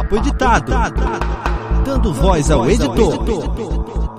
Papo Editado, dando voz ao editor.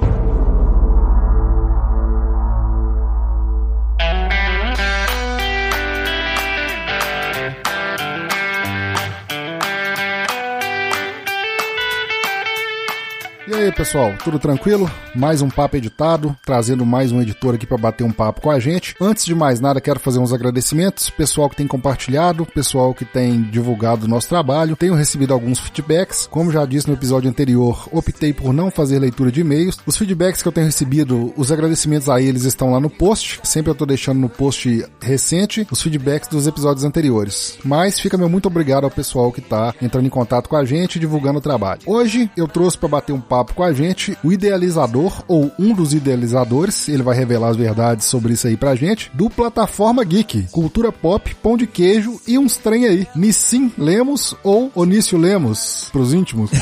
E aí, pessoal, tudo tranquilo? Mais um papo editado, trazendo mais um editor aqui para bater um papo com a gente. Antes de mais nada, quero fazer uns agradecimentos, pessoal que tem compartilhado, pessoal que tem divulgado o nosso trabalho. Tenho recebido alguns feedbacks, como já disse no episódio anterior, optei por não fazer leitura de e-mails. Os feedbacks que eu tenho recebido, os agradecimentos a eles estão lá no post, sempre eu tô deixando no post recente os feedbacks dos episódios anteriores. Mas fica meu muito obrigado ao pessoal que tá entrando em contato com a gente e divulgando o trabalho. Hoje eu trouxe para bater um papo com a gente o idealizador, ou um dos idealizadores, ele vai revelar as verdades sobre isso aí pra gente, do Plataforma Geek, cultura pop, pão de queijo e uns trem aí. Nissim Lemos ou Onício Lemos, pros íntimos.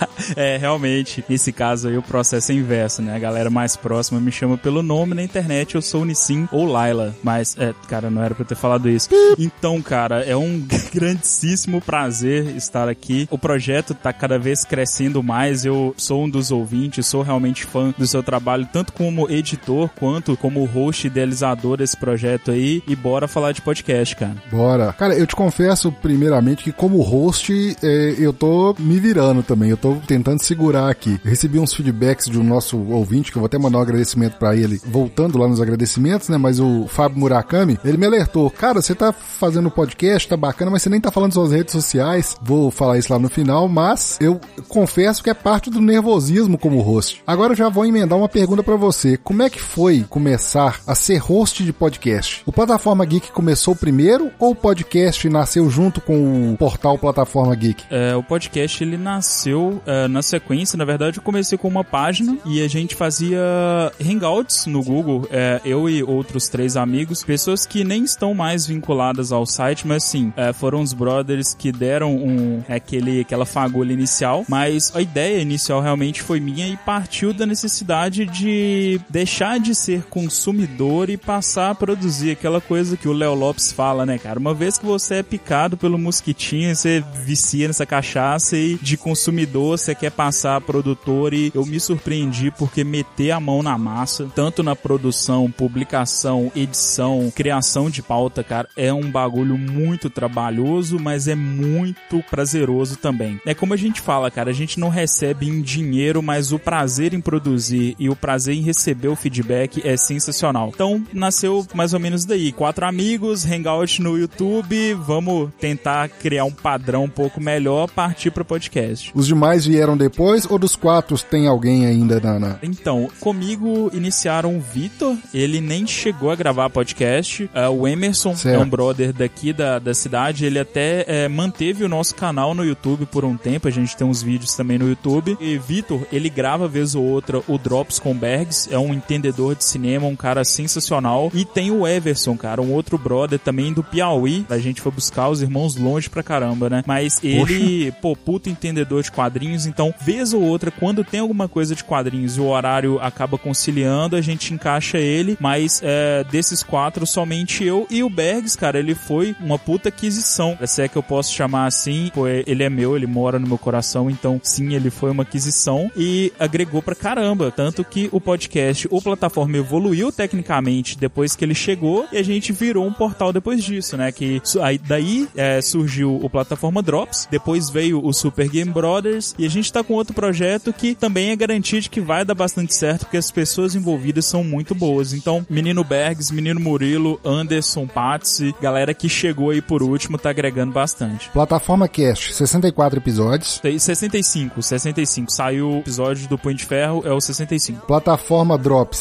Realmente, nesse caso aí o processo é inverso, né? A galera mais próxima me chama pelo nome na internet, eu sou Nissim ou Laila, mas, cara, não era pra eu ter falado isso. Então, cara, é um grandíssimo prazer estar aqui. O projeto tá cada vez crescendo mais, eu sou um dos ouvintes, sou realmente fã do seu trabalho, tanto como editor, quanto como host idealizador desse projeto aí, e bora falar de podcast, cara. Bora. Cara, eu te confesso, primeiramente, que como host, eu tô me virando também, eu tô tentando segurar aqui. Eu recebi uns feedbacks de um nosso ouvinte, que eu vou até mandar um agradecimento pra ele, voltando lá nos agradecimentos, né, mas o Fábio Murakami, ele me alertou, cara, você tá fazendo podcast, tá bacana, mas você nem tá falando suas redes sociais, vou falar isso lá no final, mas eu confesso que é parte do nervosismo como host. Agora eu já vou emendar uma pergunta pra você. Como é que foi começar a ser host de podcast? O Plataforma Geek começou primeiro ou o podcast nasceu junto com o portal Plataforma Geek? O podcast ele nasceu na sequência. Na verdade eu comecei com uma página e a gente fazia hangouts no Google, eu e outros 3 amigos, pessoas que nem estão mais vinculadas ao site, mas sim, foram os brothers que deram aquela fagulha inicial, mas a ideia inicial realmente foi minha e partiu da necessidade de deixar de ser consumidor e passar a produzir, aquela coisa que o Léo Lopes fala, né, cara? Uma vez que você é picado pelo mosquitinho, você vicia nessa cachaça e de consumidor você quer passar a produtor, e eu me surpreendi porque meter a mão na massa, tanto na produção, publicação, edição, criação de pauta, cara, é um bagulho muito trabalhoso, mas é muito prazeroso também. É como a gente fala, cara, a gente não recebe em dinheiro, mas o prazer em produzir e o prazer em receber o feedback é sensacional. Então, nasceu mais ou menos daí. 4 amigos, hangout no YouTube, vamos tentar criar um padrão um pouco melhor, partir para podcast. Os demais vieram depois ou dos 4 tem alguém ainda na... Então, comigo iniciaram o Vitor, ele nem chegou a gravar podcast. O Emerson, certo, é um brother daqui da cidade, ele até manteve o nosso canal no YouTube por um tempo, a gente tem uns vídeos também no YouTube. E Vitor, ele grava vez ou outra o Drops com Bergs, é um entendedor de cinema, um cara sensacional. E tem o Everson, cara, um outro brother também do Piauí, a gente foi buscar os irmãos longe pra caramba, né? Mas ele, puto entendedor de quadrinhos, então vez ou outra, quando tem alguma coisa de quadrinhos e o horário acaba conciliando, a gente encaixa ele, mas desses 4, somente eu e o Bergs, cara, ele foi uma puta aquisição, se é que eu posso chamar assim, ele é meu, ele mora no meu coração, então sim, ele foi uma aquisição e agregou pra caramba, tanto que o podcast, o Plataforma evoluiu tecnicamente depois que ele chegou e a gente virou um portal depois disso, né, que daí surgiu o Plataforma Drops, depois veio o Super Game Brothers e a gente tá com outro projeto que também é garantia de que vai dar bastante certo, porque as pessoas envolvidas são muito boas. Então, Menino Bergs, Menino Murilo, Anderson, Patsy, galera que chegou aí por último, tá agregando bastante. Plataforma Cast, 64 episódios. 65. Saiu o episódio do Punho de Ferro, é o 65. Plataforma Drops,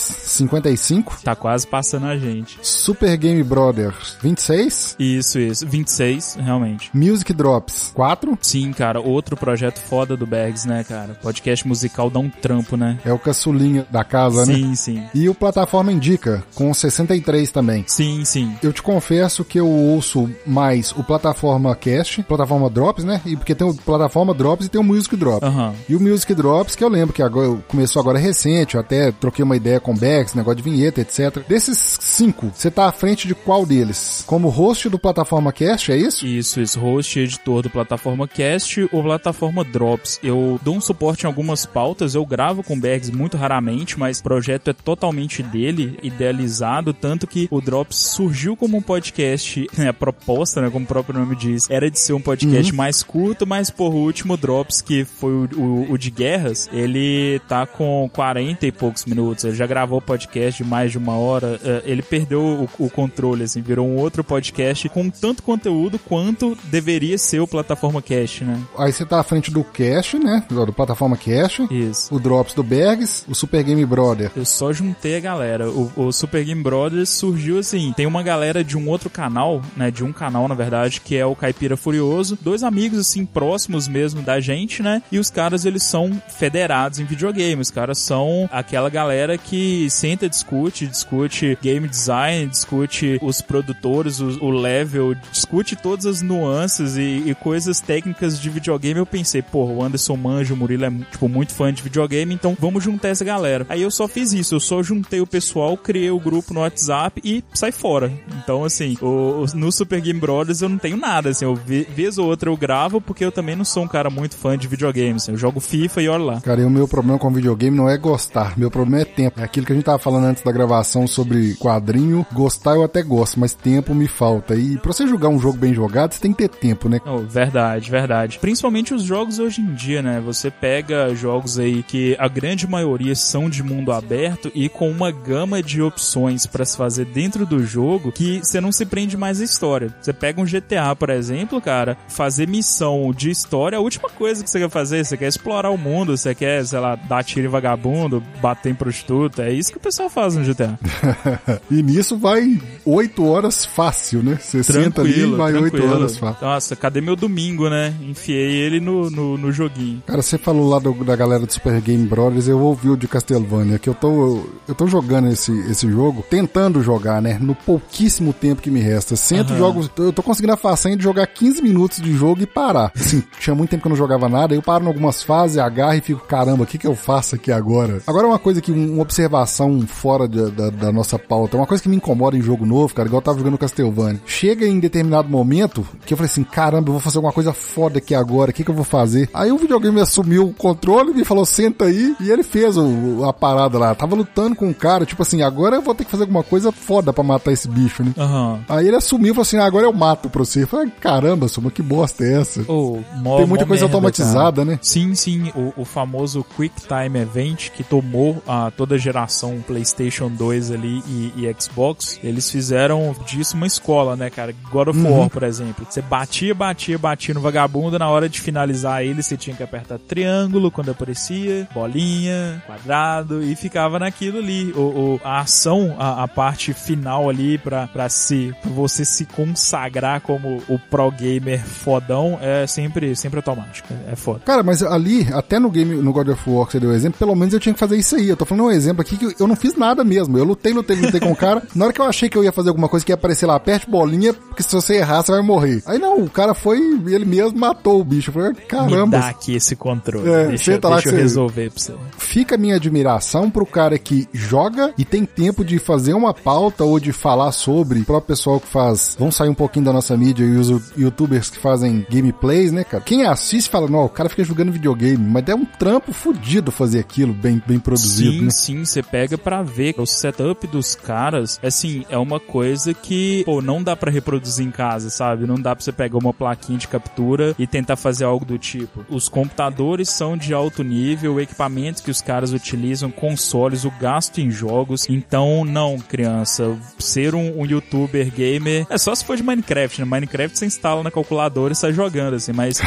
55. Tá quase passando a gente. Super Game Brothers, 26. Isso. 26, realmente. Music Drops, 4. Sim, cara, outro projeto foda do Bergs, né, cara? Podcast musical dá um trampo, né? É o caçulinha da casa, né? Sim. E o Plataforma Indica, com 63 também. Sim. Eu te confesso que eu ouço mais o Plataforma Cast, Plataforma Drops, né? E porque tem o Plataforma Drops e tem o Music Drops. Uhum. E o Music Drops Drops, que eu lembro que agora começou agora recente, eu até troquei uma ideia com o Bex, negócio de vinheta, etc. Desses 5, você tá à frente de qual deles? Como host do Plataforma Cast, é isso? Isso, host e editor do Plataforma Cast ou Plataforma Drops. Eu dou um suporte em algumas pautas, eu gravo com o Bergs muito raramente, mas o projeto é totalmente dele, idealizado, tanto que o Drops surgiu como um podcast, a proposta, né, como o próprio nome diz, era de ser um podcast mais curto, mas por último o Drops, que foi o de guerras, ele tá com 40 e poucos minutos, ele já gravou podcast de mais de 1 hora, ele perdeu o controle, assim, virou um outro podcast com tanto conteúdo quanto deveria ser o Plataforma Cast, né? Aí você tá à frente do Cast, né, do Plataforma Cast, isso. O Drops do Bergs, o Super Game Brother. Eu só juntei a galera, o Super Game Brothers surgiu assim, tem uma galera de um outro canal, né, de um canal na verdade, que é o Caipira Furioso, 2 amigos assim, próximos mesmo da gente, né, e os caras eles são federados em videogame, os caras são aquela galera que senta, discute game design, discute os produtores, o level, discute todas as nuances e coisas técnicas de videogame. Eu pensei, porra, o Anderson manja, o Murilo é tipo muito fã de videogame, então vamos juntar essa galera. Aí eu só fiz isso, eu só juntei o pessoal, criei o grupo no WhatsApp e saí fora. Então assim, no Super Game Brothers eu não tenho nada, assim, vez ou outra eu gravo, porque eu também não sou um cara muito fã de videogame, assim, eu jogo FIFA e olha lá. Cara, e o meu problema com videogame não é gostar, meu problema é tempo. É aquilo que a gente tava falando antes da gravação sobre quadrinho, gostar eu até gosto, mas tempo me falta. E pra você jogar um jogo bem jogado, você tem que ter tempo, né? Oh, verdade. Principalmente os jogos hoje em dia, né? Você pega jogos aí que a grande maioria são de mundo aberto e com uma gama de opções pra se fazer dentro do jogo que você não se prende mais à história. Você pega um GTA, por exemplo, cara, fazer missão de história, a última coisa que você quer fazer, você quer explorar o mundo, você quer, sei lá, dar tiro em vagabundo, bater em prostituta, é isso que o pessoal faz no GTA. E nisso vai 8 horas fácil, né? Você senta ali e vai 8 horas fácil. Nossa, cadê meu domingo, né? Enfiei ele no joguinho. Cara, você falou lá da galera do Super Game Brothers, eu ouvi o de Castlevania, que eu tô jogando esse jogo, tentando jogar, né? No pouquíssimo tempo que me resta. Jogos, eu tô conseguindo a façanha de jogar 15 minutos de jogo e parar. Assim, tinha muito tempo que eu não jogava nada, eu paro em algumas fases, agarro e fico, caramba, o que eu faço aqui agora? Agora uma coisa que, uma observação fora da nossa pauta, uma coisa que me incomoda em jogo novo, cara, igual eu tava jogando Castlevania. Chega em determinado momento que eu falei assim, caramba, eu vou fazer alguma coisa foda aqui agora, o que eu vou fazer? Aí o videogame assumiu o controle e me falou, senta aí, e ele fez a parada lá. Tava lutando com um cara, tipo assim, agora eu vou ter que fazer alguma coisa foda pra matar esse bicho, né? Aí ele assumiu e falou assim, agora eu mato pra você. Eu falei, caramba, Soma, que bosta é essa? Tem muita coisa automatizada, cara, né? Sim, o famoso Quick Time Event que tomou toda a geração PlayStation 2 ali e Xbox, eles fizeram disso uma escola, né, cara? God of War, por exemplo. Você batia no vagabundo, na hora de finalizar ele, você tinha que apertar triângulo quando aparecia, bolinha, quadrado, e ficava naquilo ali. A ação, a parte final ali pra você se consagrar como o pro gamer fodão é sempre automático. É foda. Cara, mas ali, até no God of War que você deu o exemplo, pelo menos eu tinha que fazer isso aí. Eu tô falando um exemplo aqui que eu não fiz nada mesmo. Eu lutei com o cara. Na hora que eu achei que eu ia fazer alguma coisa que ia aparecer lá, aperte bolinha, porque se você errar, você vai morrer. Aí não, o cara foi, ele mesmo matou o bicho. Eu falei, caramba. Me dá aqui esse controle. Deixa eu resolver pra você. Fica a minha admiração pro cara que joga e tem tempo de fazer uma pauta ou de falar sobre, o próprio pessoal que faz, vamos sair um pouquinho da nossa mídia e os youtubers que fazem gameplays, né, cara? Quem assiste fala, não, o cara fica jogando videogame, mas é um trampo fudido fazer aquilo bem produzido, né? Sim, você pega pra ver o setup dos caras, assim, é uma coisa que, não dá pra reproduzir em casa, sabe? Não dá pra você pegar uma plaquinha de captura e tentar fazer algo do tipo. Os computadores são de alto nível, o equipamento que os caras utilizam, consoles, o gasto em jogos, então, não, criança, ser um youtuber gamer, é só se for de Minecraft, né? Minecraft você instala na calculadora e sai jogando, assim, mas,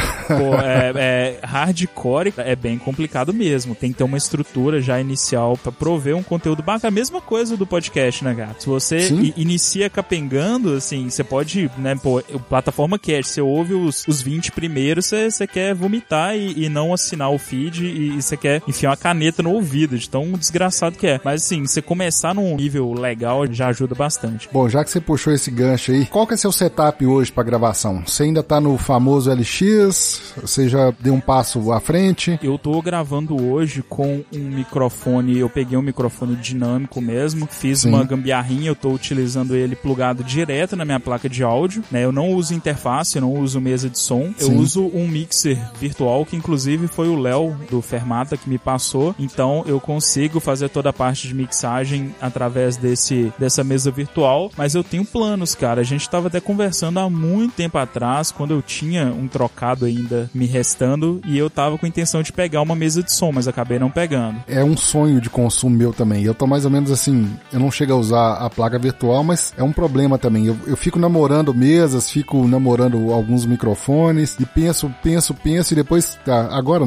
hardcore é bem complicado mesmo, tem que ter uma estrutura já inicial pra prover um conteúdo bacana, a mesma coisa do podcast, né, cara? Se você inicia capengando, assim, você pode, né, o Plataforma Cast, você ouve os 20 primeiros, você quer vomitar e não assinar o feed e você quer enfiar uma caneta no ouvido, de tão desgraçado que é. Mas, assim, você começar num nível legal já ajuda bastante. Bom, já que você puxou esse gancho aí, qual que é seu setup hoje pra gravação? Você ainda tá no famoso LX? Você já deu um passo à frente? Eu tô gravando hoje com um microfone, eu peguei um microfone dinâmico mesmo, fiz uma gambiarrinha, eu tô utilizando ele plugado direto na minha placa de áudio, né? Eu não uso interface, eu não uso mesa de som, eu uso um mixer virtual, que inclusive foi o Léo do Fermata que me passou, então eu consigo fazer toda a parte de mixagem através dessa mesa virtual, mas eu tenho planos, cara. A gente tava até conversando há muito tempo atrás, quando eu tinha um trocado ainda me restando, e eu tava com a intenção de pegar uma mesa de som, mas acabei não pegando. É um sonho de consumo meu também. Eu tô mais ou menos assim, eu não chego a usar a placa virtual, mas é um problema também. Eu fico namorando mesas, fico namorando alguns microfones, e penso, e depois, agora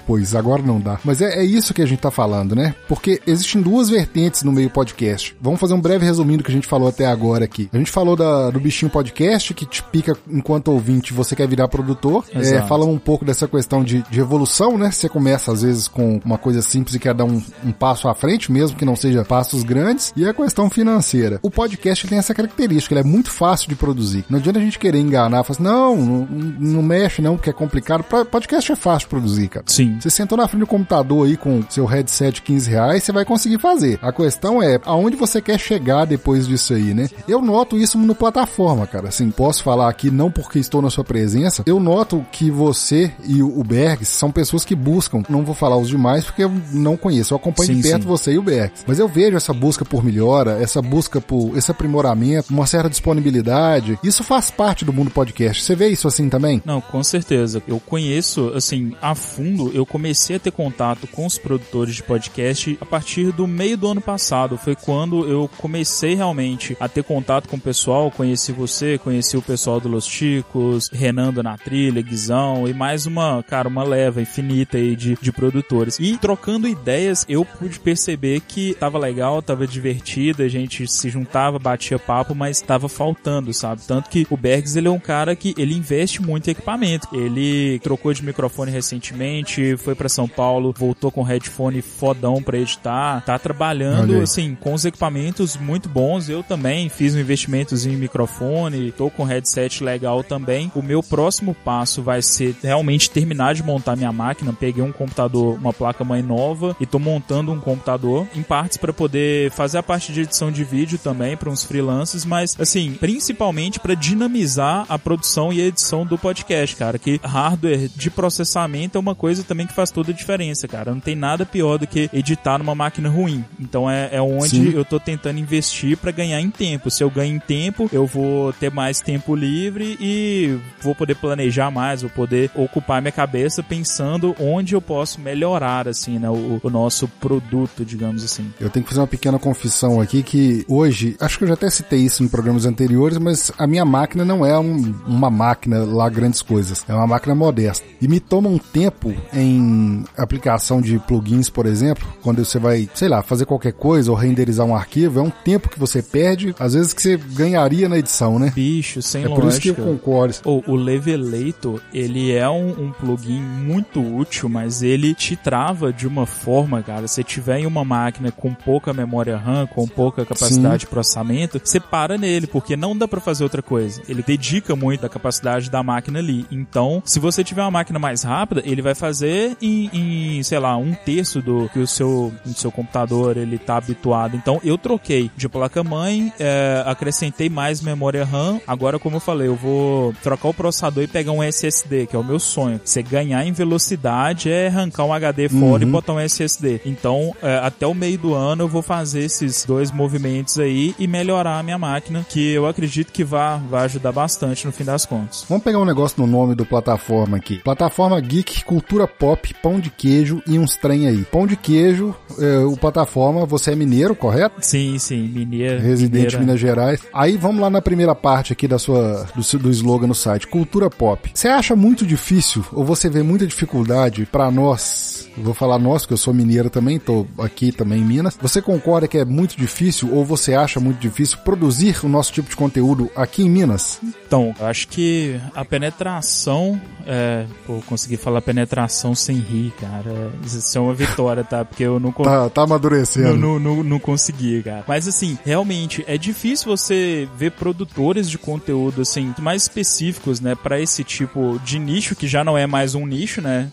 não dá. Mas é isso que a gente tá falando, né? Porque existem duas vertentes no meio podcast. Vamos fazer um breve resumindo do que a gente falou até agora aqui. A gente falou do bichinho podcast, que te pica enquanto ouvinte, você quer virar produtor. Falamos um pouco dessa questão de evolução, né? Você começa às vezes com uma coisa simples e quer dar um passo à frente, mesmo que não seja passos grandes. E a questão financeira. O podcast tem essa característica, ele é muito fácil de produzir. Não adianta a gente querer enganar, falar assim, não mexe não, porque é complicado. Podcast é fácil de produzir, cara. Sim. Você sentou na frente do computador aí com seu headset R$15, você vai conseguir fazer. A questão é aonde você quer chegar depois disso aí, né? Eu noto isso no plataforma, cara. Assim, posso falar aqui, não porque estou na sua presença, eu noto que você e o Bergs são pessoas que buscam, não vou falar os demais porque eu não conheço, eu acompanho de perto você e o Bergs, mas eu vejo essa busca por melhora, essa busca por esse aprimoramento, uma certa disponibilidade, isso faz parte do mundo podcast. Você vê isso assim também? Não, com certeza. Eu conheço, assim, a fundo, eu comecei a ter contato com os produtores de podcast a partir do meio do ano passado, foi quando eu comecei realmente a ter contato com o pessoal, conheci você, conheci o pessoal do Los Chicos, Renando na Trilha, Guizão e mais uma leva infinita aí de produtores. E trocando ideias, eu pude perceber que tava legal, tava divertido, a gente se juntava, batia papo, mas tava faltando, sabe? Tanto que o Bergs, ele é um cara que ele investe muito em equipamento. Ele trocou de microfone recentemente, foi pra São Paulo, voltou com headphone fodão pra editar, tá trabalhando, assim, com os equipamentos muito bons. Eu também fiz um investimentozinho em microfone, tô com headset legal também. O meu próximo passo vai ser realmente terminar de montar minha máquina. Peguei um computador, uma placa-mãe nova e tô montando um computador em partes para poder fazer a parte de edição de vídeo também para uns freelancers, mas assim, principalmente para dinamizar a produção e a edição do podcast, cara, que hardware de processamento é uma coisa também que faz toda a diferença, cara. Não tem nada pior do que editar numa máquina ruim. Então é onde eu tô tentando investir para ganhar em tempo. Se eu ganho em tempo, eu vou ter mais tempo livre e vou poder planejar mais, vou poder ocupar minha cabeça pensando onde eu posso melhorar, assim, né, o nosso produto, digamos assim. Eu tenho que fazer uma pequena confissão aqui que hoje, acho que eu já até citei isso em programas anteriores, mas a minha máquina não é uma máquina lá grandes coisas, é uma máquina modesta. E me toma um tempo em aplicação de plugins, por exemplo, quando você vai, sei lá, fazer qualquer coisa ou renderizar um arquivo, é um tempo que você perde, às vezes que você ganharia na edição, né? Bicho, sem lógica. É por isso que eu concordo. O Levelator, ele é um plugin muito útil, mas ele te trava de uma forma, cara, se tiver em uma máquina com pouca memória RAM, com pouca capacidade de processamento, você para nele, porque não dá pra fazer outra coisa. Ele dedica muito da capacidade da máquina ali. Então, se você tiver uma máquina mais rápida, ele vai fazer em sei lá, 1/3 do que o seu computador ele tá habituado. Então, eu troquei de placa-mãe, acrescentei mais memória RAM. Agora, como eu falei, eu vou trocar o processador e pegar um SSD, que é o meu sonho. Você ganhar em velocidade é arrancar um HD fora e botar um SSD. Então, até o meio do ano eu vou fazer esses dois movimentos aí e melhorar a minha máquina, que eu acredito que vai ajudar bastante no fim das contas. Vamos pegar um negócio no nome do plataforma aqui. Plataforma Geek, Cultura Pop, Pão de Queijo e uns trem aí. Pão de Queijo, o plataforma, você é mineiro, correto? Sim, mineiro. Residente de Minas Gerais. Aí vamos lá na primeira parte aqui do slogan no site, Cultura Pop. Você acha muito difícil, ou você vê muita dificuldade pra nós, vou falar nós, que eu sou mineiro também, tô aqui também em Minas, você concorda que é muito difícil, ou você acha muito difícil produzir o nosso tipo de conteúdo aqui em Minas? Então, eu acho que a penetração, consegui falar penetração sem rir, cara, isso é uma vitória, tá? Porque eu não... Tá amadurecendo. Não consegui, cara. Mas assim, realmente, é difícil você ver produtores de conteúdo, assim, mais específicos, né, pra esse tipo de nicho, que já não é mais um nicho, né? Falar de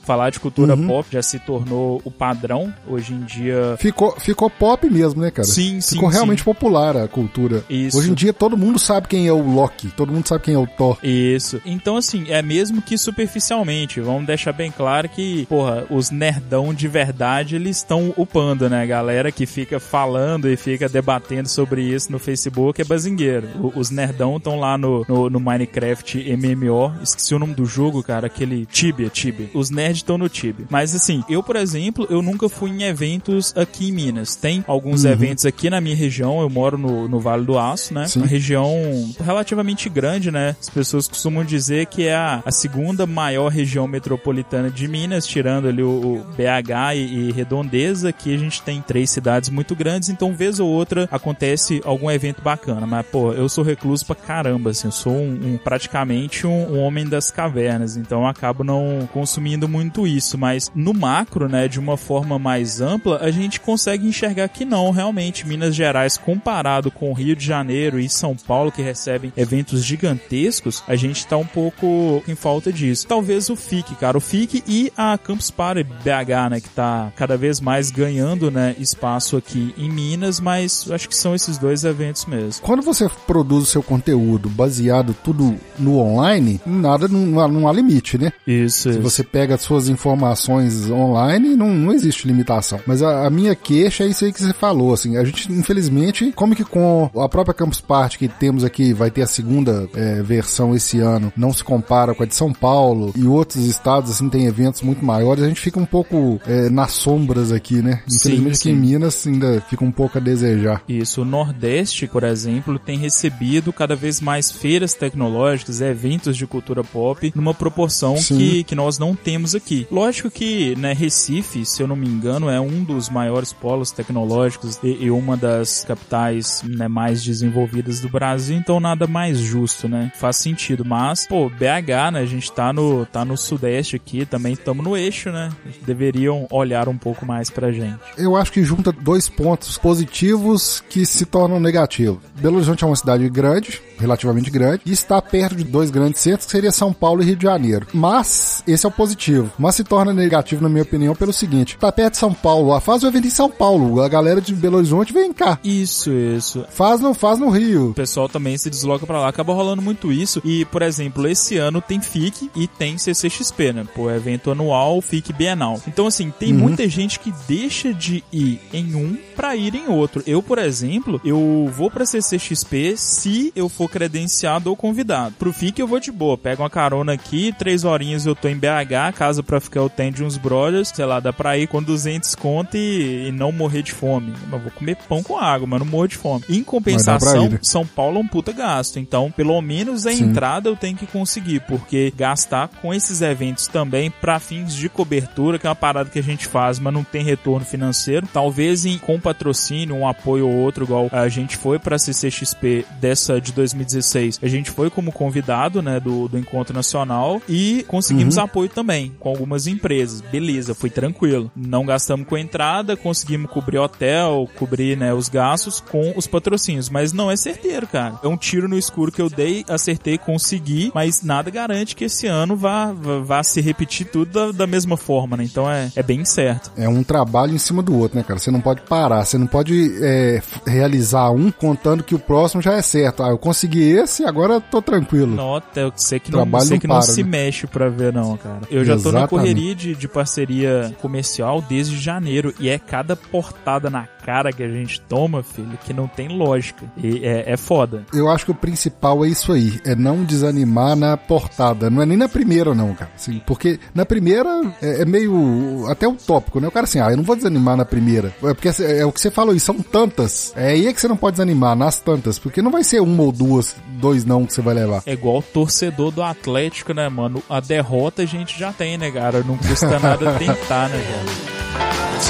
cultura pop já se tornou o padrão. Hoje em dia... Ficou pop mesmo, né, cara? Sim. Ficou realmente popular a cultura. Isso. Hoje em dia todo mundo sabe quem é o Loki, todo mundo sabe quem é o Thor. Isso. Então, assim, é mesmo que superficialmente. Vamos deixar bem claro que, porra, os nerdão de verdade, eles estão upando, né? A galera que fica falando e fica debatendo sobre isso no Facebook é bazingueiro. Os nerdão estão lá no Minecraft MMO. Esqueci o nome do jogo, cara. Aquele Tibia. Os nerds estão no Tibia. Mas, assim, eu, por exemplo, eu nunca fui em eventos aqui em Minas. Tem alguns eventos aqui na minha região. Eu moro no Vale do Aço, né? Sim. Uma região relativamente grande, né? As pessoas costumam dizer que é a segunda maior região metropolitana de Minas, tirando ali o BH e Redondeza. Aqui a gente tem 3 cidades muito grandes, então vez ou outra acontece algum evento bacana. Mas, pô, eu sou recluso pra caramba, assim. Eu sou praticamente um homem das cavernas, então eu acabo não consumindo muito isso. Mas no macro, né, de uma forma mais ampla, a gente consegue enxergar que não, realmente, Minas Gerais, comparado com o Rio de Janeiro e São Paulo, que recebem eventos gigantescos, a gente tá um pouco em falta disso. Talvez o FIC, cara, o FIC e a Campus Party BH, né, que tá cada vez mais ganhando, né, espaço aqui em Minas, mas acho que são esses 2 eventos mesmo. Quando você produz o seu conteúdo baseado tudo no online, nada, não há limite, né? Isso. Se você pega as suas informações online, não existe limitação. Mas a minha queixa é isso aí que você falou, assim, a gente, infelizmente, como que com a própria Campus Party que temos aqui, vai ter a segunda versão esse ano, não se compara com a de São Paulo, e outros estados, assim, tem eventos muito maiores, a gente fica um pouco nas sombras aqui, né? Infelizmente aqui em Minas ainda fica um pouco a desejar. Isso, o Nordeste, por exemplo, tem recebido cada vez mais feiras tecnológicas, eventos de cultura pop, numa proporção que nós não temos aqui. Lógico que, né, Recife, se eu não me engano, é um dos maiores polos tecnológicos e uma das capitais, né, mais desenvolvidas do Brasil, então nada mais justo, né? Faz sentido, mas, pô, BH, né, a gente tá no Sudeste aqui, também estamos no eixo, né? Deveriam olhar um pouco mais pra gente. Eu acho que junta 2 pontos positivos que se tornam negativos. Belo Horizonte é uma cidade grande, relativamente grande, e está perto de 2 grandes centros, que seria São Paulo e Rio de Janeiro. Mas, esse é o positivo. Mas se torna negativo, na minha opinião, pelo seguinte: tá perto de São Paulo, faz o evento em São Paulo, a galera de Belo Horizonte vem cá. Isso. Faz no Rio. O pessoal também se desloca pra lá, acaba rolando muito isso. E, por exemplo, esse ano tem FIC e tem CCXP, né? Pô, evento anual, FIC bienal. Então, assim, tem muita gente que deixa de ir em um pra ir em outro. Eu, por exemplo, eu vou pra CCXP se eu for credenciado ou convidado. Pro FIC eu vou de boa, pego uma carona aqui, 3 horinhas eu tô em BH, casa pra ficar eu tenho de uns brothers, sei lá, dá pra ir com 200 conto e não morrer de fome. Eu vou comer pão com água, mas não morro de fome. Em compensação, São Paulo é um puta gasto, então pelo menos a entrada eu tenho que conseguir, porque gastar com esses eventos também pra fins de cobertura, que é uma parada que a gente faz, mas não tem retorno financeiro, talvez com patrocínio, um apoio ou outro, igual a gente foi pra CCXP dessa de 2016, a gente foi como convidado, né, do Encontro Nacional e conseguimos apoio também com algumas empresas, beleza, foi tranquilo, não gastamos com entrada, conseguimos cobrir hotel, cobrir, né, os gastos com os patrocínios, mas não é certeiro, cara, é um tiro no escuro que eu dei, acertei, consegui, mas nada garante que esse ano vá se repetir tudo da mesma forma, né, então é bem incerto. É um trabalho em cima do outro, né, cara, você não pode parar, você não pode realizar um contando que o próximo já é certo, eu consegui esse, agora eu tô tranquilo. Nota, eu sei que não se mexe pra ver não, cara. Eu já tô na correria de parceria comercial desde janeiro e é cada portada na cara que a gente toma, filho, que não tem lógica. E é foda. Eu acho que o principal é isso aí, é não desanimar na portada, não é nem na primeira não, cara, assim, porque na primeira é meio até utópico, né? O cara assim, eu não vou desanimar na primeira, porque é o que você falou aí, são tantas, aí é que você não pode desanimar nas tantas, porque não vai ser uma ou duas, 2 não que você vai levar. É igual o torcedor do Atlético, né, mano? A derrota a gente já tem, né, cara? Não custa nada tentar, né, cara?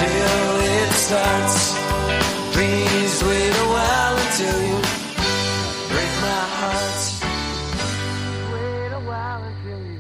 Until it starts, please wait a while until you break my heart. Wait a while until you...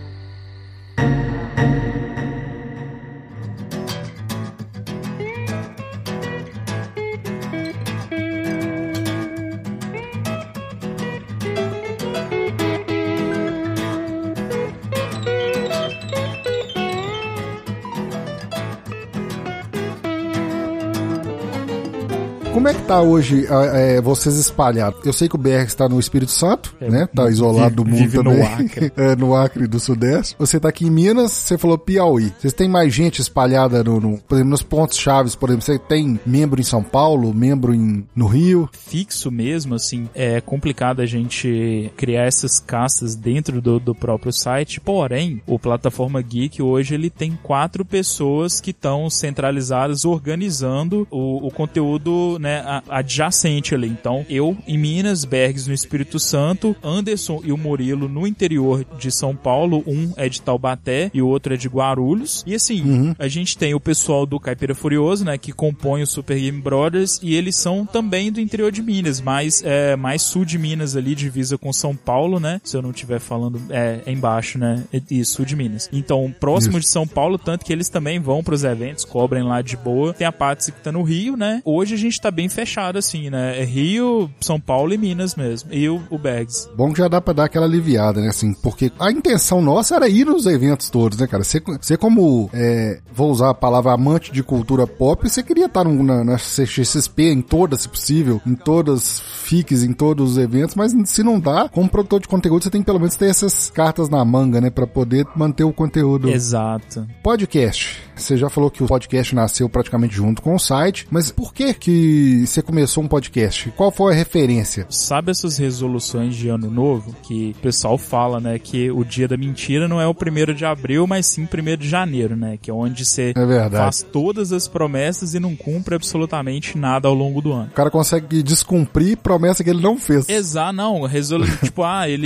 Como é que tá hoje vocês espalhados? Eu sei que o BR está no Espírito Santo, né? Tá isolado do mundo também. No Acre. No Acre do Sudeste. Você tá aqui em Minas, você falou Piauí. Vocês têm mais gente espalhada por exemplo, nos pontos chaves, por exemplo, você tem membro em São Paulo, membro no Rio? Fixo mesmo, assim, é complicado a gente criar essas castas dentro do próprio site, porém, o Plataforma Geek hoje ele tem 4 pessoas que estão centralizadas organizando o conteúdo, né, adjacente ali. Então, eu em Minas, Bergs no Espírito Santo, Anderson e o Murilo no interior de São Paulo, um é de Taubaté e o outro é de Guarulhos. E assim, a gente tem o pessoal do Caipira Furioso, né, que compõe o Super Game Brothers, e eles são também do interior de Minas, mais sul de Minas ali, divisa com São Paulo, né? Se eu não estiver falando, embaixo, né? E sul de Minas. Então, próximo de São Paulo, tanto que eles também vão pros eventos, cobrem lá de boa. Tem a Patsy que tá no Rio, né? Hoje a gente tá bem fechado, assim, né? É Rio, São Paulo e Minas mesmo. E o Bags. Bom que já dá pra dar aquela aliviada, né? Assim, porque a intenção nossa era ir nos eventos todos, né, cara? Você como, vou usar a palavra amante de cultura pop, você queria estar na CXP em todas, se possível, em todas FICs, em todos os eventos, mas se não dá, como produtor de conteúdo, você tem que pelo menos ter essas cartas na manga, né, pra poder manter o conteúdo. Exato. Podcast. Você já falou que o podcast nasceu praticamente junto com o site, mas por que você começou um podcast? Qual foi a referência? Sabe essas resoluções de ano novo que o pessoal fala, né, que o dia da mentira não é o 1º de abril, mas sim 1º de janeiro, né, que é onde você faz todas as promessas e não cumpre absolutamente nada ao longo do ano. O cara consegue descumprir promessa que ele não fez. Exato, não, tipo,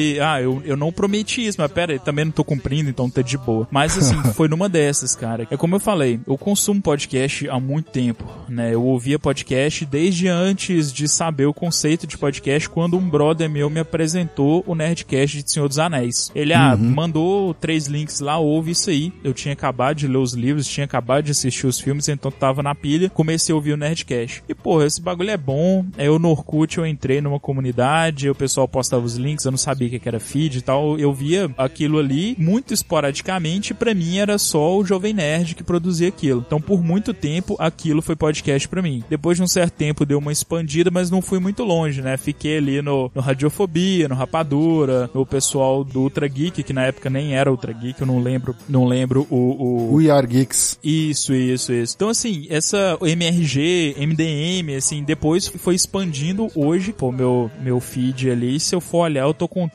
eu não prometi isso, mas pera, eu também não tô cumprindo, então tá de boa. Mas assim, foi numa dessas, cara. É como eu falei, eu consumo podcast há muito tempo, né, eu ouvia podcast desde antes de saber o conceito de podcast, quando um brother meu me apresentou o Nerdcast de Senhor dos Anéis. Ele, mandou 3 links lá, ouve isso aí. Eu tinha acabado de ler os livros, tinha acabado de assistir os filmes, então tava na pilha, comecei a ouvir o Nerdcast. E, porra, esse bagulho é bom. Eu no Orkut, eu entrei numa comunidade, o pessoal postava os links, eu não sabia o que era feed e tal, eu via aquilo ali muito esporadicamente, e pra mim era só o Jovem Nerd que produzia aquilo. Então, por muito tempo, aquilo foi podcast pra mim. Depois de um certo tempo, deu uma expandida, mas não fui muito longe, né? Fiquei ali no Radiofobia, no Rapadura, no pessoal do Ultra Geek, que na época nem era Ultra Geek, eu não lembro o We Are Geeks. Isso. Então, assim, essa MRG, MDM, assim, depois foi expandindo. Hoje, pô, meu feed ali, se eu for olhar, eu tô com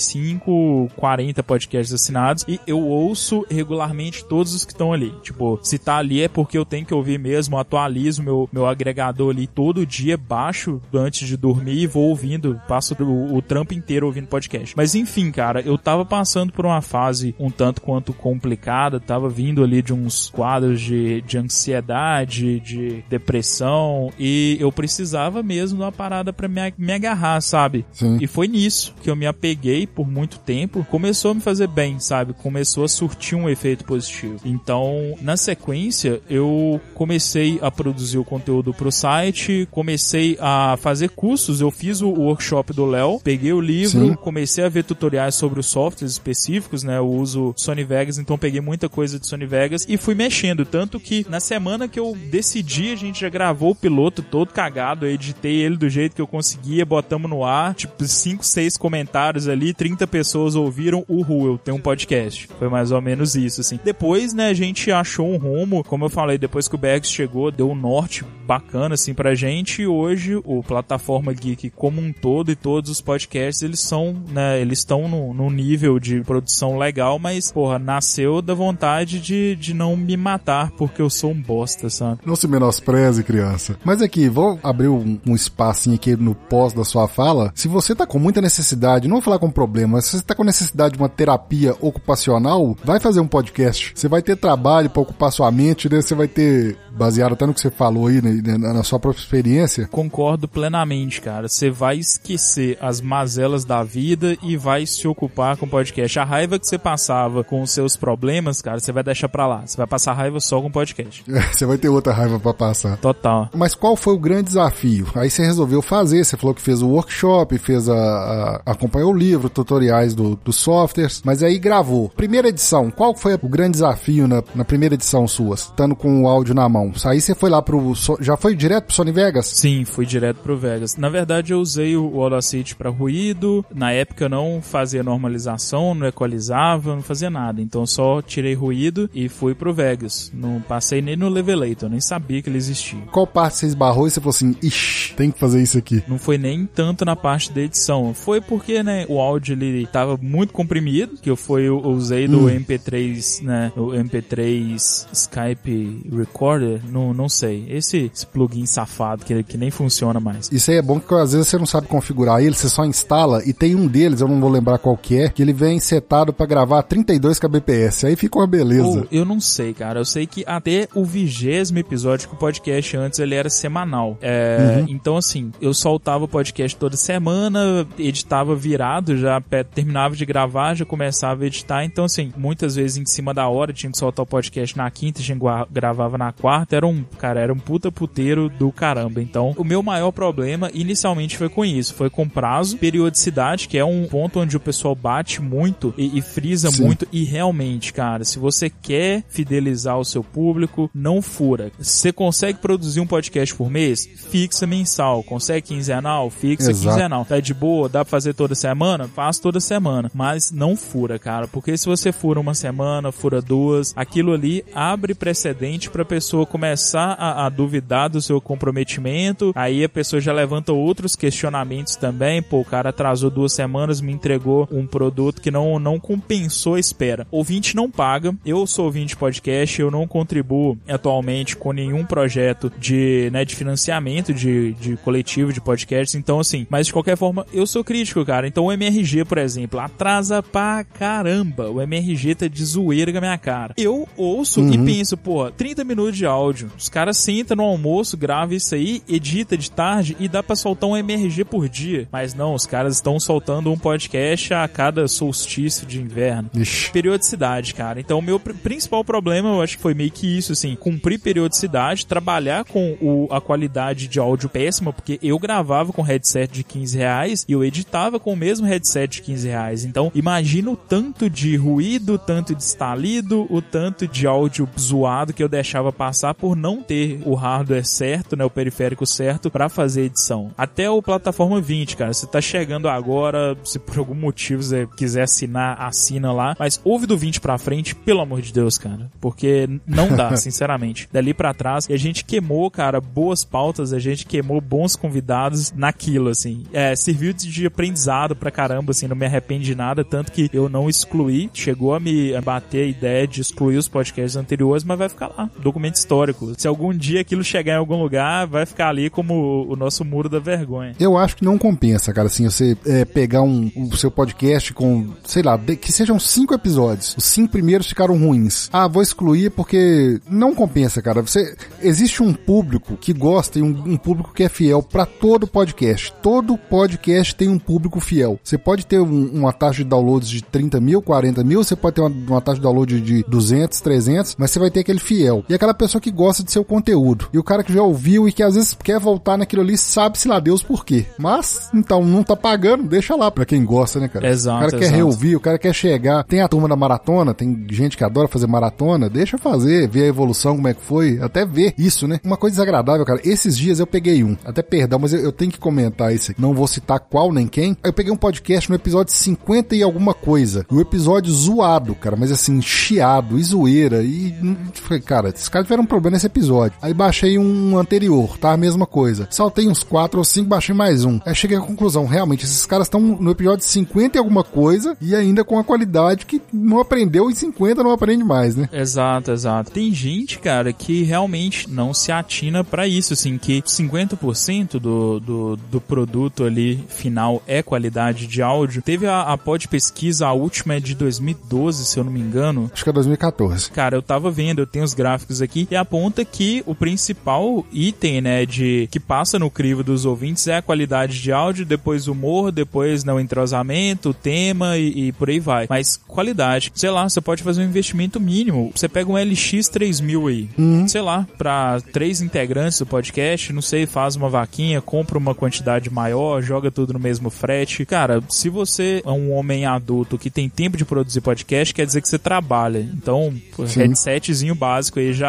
35, 40 podcasts assinados e eu ouço regularmente todos os que estão ali. Tipo, se tá ali é porque eu tenho que ouvir mesmo, atualizo meu agregador ali todo dia, baixo antes de dormir e vou ouvindo, passo o trampo inteiro ouvindo podcast. Mas enfim, cara, eu tava passando por uma fase um tanto quanto complicada, tava vindo ali de uns quadros de ansiedade, de depressão, e eu precisava mesmo de uma parada pra me agarrar, sabe? Sim. E foi nisso que eu me apeguei por muito tempo, começou a me fazer bem, sabe? Começou a surtir um efeito positivo. Então, na sequência, eu comecei a produzir o conteúdo pro site, comecei a fazer cursos, eu fiz o workshop do Léo, peguei o livro, Sim. Comecei a ver tutoriais sobre os softwares específicos, né? Eu uso Sony Vegas, então peguei muita coisa de Sony Vegas e fui mexendo, tanto que na semana que eu decidi, a gente já gravou o piloto todo cagado, eu editei ele do jeito que eu conseguia, botamos no ar, tipo 5, 6 comentários ali, 30 pessoas ouviram, eu tenho um podcast. Foi mais ou menos isso, assim. Depois, né, a gente achou um rumo, como eu falei, depois que o Bergs chegou, deu um norte bacana, assim, pra gente, e hoje o Plataforma Geek como um todo e todos os podcasts, eles são, né, eles estão num nível de produção legal, mas, porra, nasceu da vontade de não me matar, porque eu sou um bosta, sabe? Não se menospreze, criança. Mas aqui, vou abrir um espacinho aqui no pós da sua fala. Se você tá com muita necessidade, não vou falar com problema, mas se você tá com necessidade de uma terapia ocupacional, vai fazer um podcast. Você vai ter trabalho pra ocupar sua mente, né? Você vai ter, baseado até no que você falou aí, né, na sua própria experiência. Concordo plenamente, cara. Você vai esquecer as mazelas da vida e vai se ocupar com podcast. A raiva que você passava com os seus problemas, cara, você vai deixar pra lá. Você vai passar raiva só com podcast. Você vai ter outra raiva pra passar. Total. Mas qual foi o grande desafio? Aí você resolveu fazer, você falou que fez o workshop, fez acompanhou o livro, tutoriais dos softwares, mas aí gravou. Primeira edição, qual foi o grande desafio na primeira edição sua, estando com o áudio na mão? então. Aí você foi lá já foi direto pro Sony Vegas? Sim, fui direto pro Vegas. Na verdade, eu usei o Audacity pra ruído. Na época eu não fazia normalização, não equalizava, não fazia nada. Então só tirei ruído e fui pro Vegas. Não passei nem no Levelator, nem sabia que ele existia. Qual parte você esbarrou e você falou assim, ixi, tem que fazer isso aqui? Não foi nem tanto na parte da edição. Foi porque, né, o áudio ele tava muito comprimido, que eu usei do MP3, né, o MP3 Skype Recorder, não sei. Esse plugin safado que nem funciona mais. Isso aí é bom que às vezes você não sabe configurar ele, você só instala e tem um deles, eu não vou lembrar qual que ele vem setado pra gravar 32 kbps. Aí fica uma beleza. Eu não sei, cara. Eu sei que até o 20º episódio que o podcast antes ele era semanal. Então, assim, eu soltava o podcast toda semana, editava virado, já terminava de gravar, já começava a editar. Então, assim, muitas vezes em cima da hora tinha que soltar o podcast na quinta, a gente gravava na quarta. Era um puta puteiro do caramba. Então, o meu maior problema inicialmente foi com isso. Foi com prazo, periodicidade, que é um ponto onde o pessoal bate muito e frisa muito. E realmente, cara, se você quer fidelizar o seu público, não fura. Você consegue produzir um podcast por mês? Fixa mensal. Consegue quinzenal? Fixa quinzenal. Tá de boa? Dá pra fazer toda semana? Faz toda semana. Mas não fura, cara. Porque se você fura uma semana, fura duas, aquilo ali abre precedente pra pessoa começar a duvidar do seu comprometimento. Aí a pessoa já levanta outros questionamentos também. Pô, o cara atrasou 2 semanas, me entregou um produto que não compensou a espera. Ouvinte não paga. Eu sou ouvinte de podcast, eu não contribuo atualmente com nenhum projeto de financiamento de coletivo de podcasts. Então, assim, mas de qualquer forma, eu sou crítico, cara. Então o MRG, por exemplo, atrasa pra caramba. O MRG tá de zoeira com a minha cara. Eu ouço e penso, pô, 30 minutos de áudio. Os caras sentam no almoço, gravam isso aí, edita de tarde e dá pra soltar um MRG por dia. Mas não, os caras estão soltando um podcast a cada solstício de inverno. Ixi. Periodicidade, cara. Então o meu principal problema, eu acho que foi meio que isso, assim, cumprir periodicidade, trabalhar com a qualidade de áudio péssima, porque eu gravava com headset de R$15 e eu editava com o mesmo headset de R$15. Então, imagina o tanto de ruído, o tanto de estalido, o tanto de áudio zoado que eu deixava passar por não ter o hardware certo, né, o periférico certo pra fazer edição. Até o Plataforma 20, cara, você tá chegando agora, se por algum motivo você quiser assinar, assina lá, mas ouve do 20 pra frente, pelo amor de Deus, cara, porque não dá, sinceramente. Dali pra trás, e a gente queimou, cara, boas pautas, a gente queimou bons convidados naquilo, assim. Serviu de aprendizado pra caramba, assim, não me arrependo de nada, tanto que eu não excluí, chegou a me bater a ideia de excluir os podcasts anteriores, mas vai ficar lá, documento histórico. Se algum dia aquilo chegar em algum lugar, vai ficar ali como o nosso muro da vergonha. Eu acho que não compensa, cara, assim, você pegar o seu podcast com, sei lá, que sejam 5 episódios, os 5 primeiros ficaram ruins. Ah, vou excluir porque não compensa, cara. Existe um público que gosta e um público que é fiel pra todo podcast. Todo podcast tem um público fiel. Você pode ter uma taxa de downloads de 30 mil, 40 mil, você pode ter uma taxa de download de 200, 300, mas você vai ter aquele fiel. E aquela pessoa que gosta de seu conteúdo. E o cara que já ouviu e que às vezes quer voltar naquilo ali, sabe-se lá Deus por quê. Mas, então, não tá pagando, deixa lá pra quem gosta, né, cara? Exato, o cara quer reouvir, o cara quer chegar. Tem a turma da maratona, tem gente que adora fazer maratona, deixa fazer, ver a evolução, como é que foi, até ver isso, né? Uma coisa desagradável, cara, esses dias eu peguei até perdão, mas eu tenho que comentar isso aqui, não vou citar qual nem quem. Eu peguei um podcast no episódio 50 e alguma coisa, o episódio zoado, cara, mas assim, chiado e zoeira, e falei, cara, esses caras tiveram um problema nesse episódio. Aí baixei um anterior, tá? A mesma coisa. Saltei uns 4 ou 5, baixei mais um. Aí cheguei à conclusão, realmente, esses caras estão no episódio 50 e alguma coisa, e ainda com a qualidade que não aprendeu, e 50 não aprende mais, né? Exato. Tem gente, cara, que realmente não se atina pra isso, assim, que 50% do produto ali final é qualidade de áudio. Teve a pod pesquisa, a última é de 2012, se eu não me engano. Acho que é 2014. Cara, eu tava vendo, eu tenho os gráficos aqui, e aponta que o principal item, né, que passa no crivo dos ouvintes é a qualidade de áudio, depois o humor, depois o entrosamento, o tema e por aí vai. Mas qualidade, sei lá, você pode fazer um investimento mínimo. Você pega um LX3000 aí, sei lá, pra 3 integrantes do podcast, não sei, faz uma vaquinha, compra uma quantidade maior, joga tudo no mesmo frete. Cara, se você é um homem adulto que tem tempo de produzir podcast, quer dizer que você trabalha. Então, headsetzinho básico aí já salva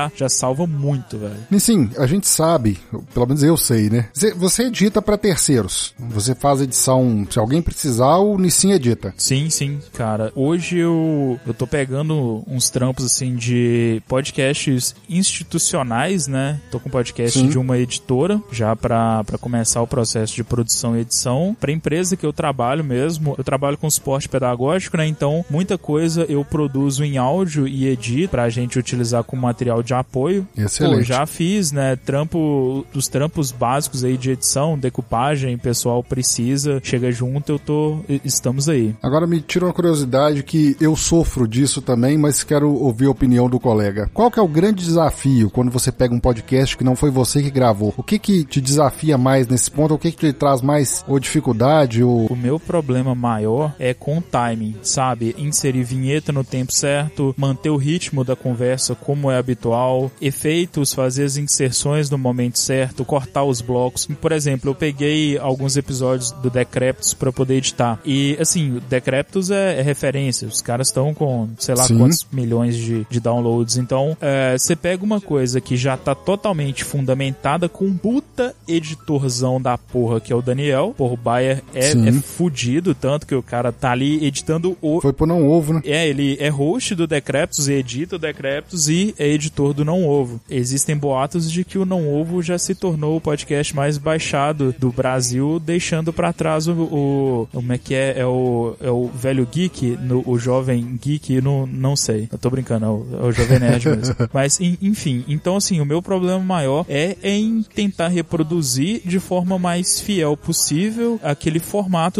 salva muito, velho. E sim, a gente sabe, pelo menos eu sei, né? Você edita pra terceiros. Você faz edição, se alguém precisar, o Nissin edita. Sim, cara. Hoje eu tô pegando uns trampos, assim, de podcasts institucionais, né? Tô com um podcast de uma editora, já pra começar o processo de produção e edição. Pra empresa que eu trabalho mesmo, eu trabalho com suporte pedagógico, né? Então, muita coisa eu produzo em áudio e edito pra gente utilizar como material de apoio. Excelente. Pô, já fiz, né? Dos trampos básicos aí de edição, decupagem, o pessoal precisa, chega junto, estamos aí. Agora me tira uma curiosidade que eu sofro disso também, mas quero ouvir a opinião do colega. Qual que é o grande desafio quando você pega um podcast que não foi você que gravou? O que te desafia mais nesse ponto? O que te traz mais ou dificuldade? Ou... O meu problema maior é com o timing, sabe? Inserir vinheta no tempo certo, manter o ritmo da conversa como é habitual, efeitos, fazer as inserções no momento certo, cortar os blocos. Por exemplo, eu peguei alguns episódios do Decréptos pra poder editar. E, assim, o Decréptos é referência. Os caras estão com, sei lá, quantos milhões de downloads. Então, você pega uma coisa que já tá totalmente fundamentada com um puta editorzão da porra, que é o Daniel. Porra, o Bayer é fudido, tanto que o cara tá ali editando o... Foi pro Não Ovo, né? Ele é host do Decréptos, edita o Decréptos e é editor do Não Ovo. Existem boatos de que o Não Ovo já se tornou o podcast mais baixado do Brasil, deixando pra trás como é que é o velho geek, o jovem geek, não sei, eu tô brincando, é o jovem nerd mesmo. Mas, enfim, então assim, o meu problema maior é em tentar reproduzir de forma mais fiel possível aquele formato